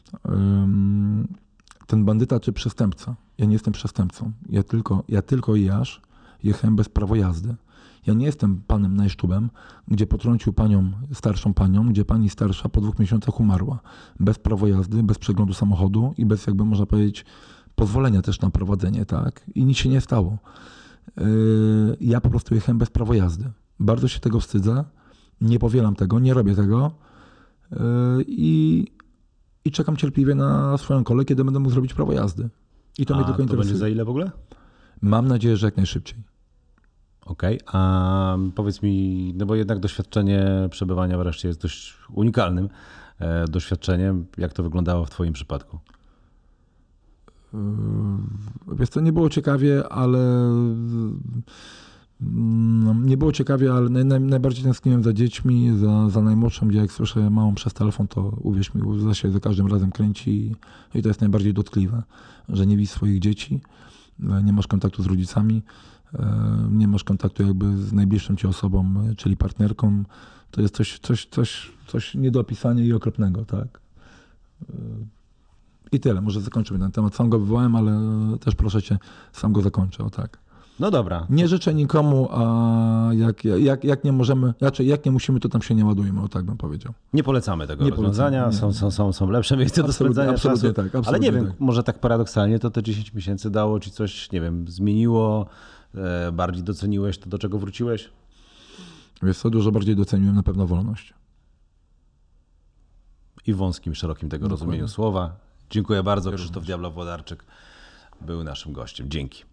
S2: ten bandyta czy przestępca. Ja nie jestem przestępcą. Ja tylko i aż jechałem bez prawa jazdy. Ja nie jestem panem Najsztubem, gdzie potrącił starszą panią, gdzie pani starsza po 2 miesiącach umarła. Bez prawa jazdy, bez przeglądu samochodu i bez, jakby można powiedzieć, pozwolenia też na prowadzenie, tak? I nic się nie stało. Ja po prostu jechałem bez prawa jazdy. Bardzo się tego wstydzę, nie powielam tego, nie robię tego i czekam cierpliwie na swoją kolej, kiedy będę mógł zrobić prawo jazdy. I to mnie tylko interesuje.
S1: To będzie za ile w ogóle?
S2: Mam nadzieję, że jak najszybciej.
S1: Okej, a powiedz mi, no bo jednak doświadczenie przebywania w areszcie jest dość unikalnym doświadczeniem. Jak to wyglądało w twoim przypadku?
S2: Wiesz co, nie było ciekawie, ale najbardziej tęskniłem za dziećmi, za najmłodszą, gdzie jak słyszę małą przez telefon, to uwierz mi, łza się za każdym razem kręci i to jest najbardziej dotkliwe, że nie widzisz swoich dzieci, nie masz kontaktu z rodzicami, nie masz kontaktu jakby z najbliższą ci osobą, czyli partnerką. To jest coś nie do opisania i okropnego, tak. I tyle, może zakończymy ten temat. Sam go wywołałem, ale też proszę cię, sam go zakończę, o tak.
S1: No dobra.
S2: Nie życzę nikomu, a jak nie możemy, raczej jak nie musimy, to tam się nie ładujmy, o tak bym powiedział.
S1: Nie polecamy tego rozwiązania, są lepsze miejsca do spędzania czasu.
S2: Tak,
S1: ale nie wiem,
S2: tak.
S1: może tak paradoksalnie to te 10 miesięcy dało ci coś, nie wiem, zmieniło, bardziej doceniłeś to, do czego wróciłeś?
S2: Wiesz co, dużo bardziej doceniłem na pewno wolność.
S1: I w wąskim, szerokim tego rozumieniu słowa. Dziękuję bardzo. Krzysztof Diablo-Włodarczyk był naszym gościem. Dzięki.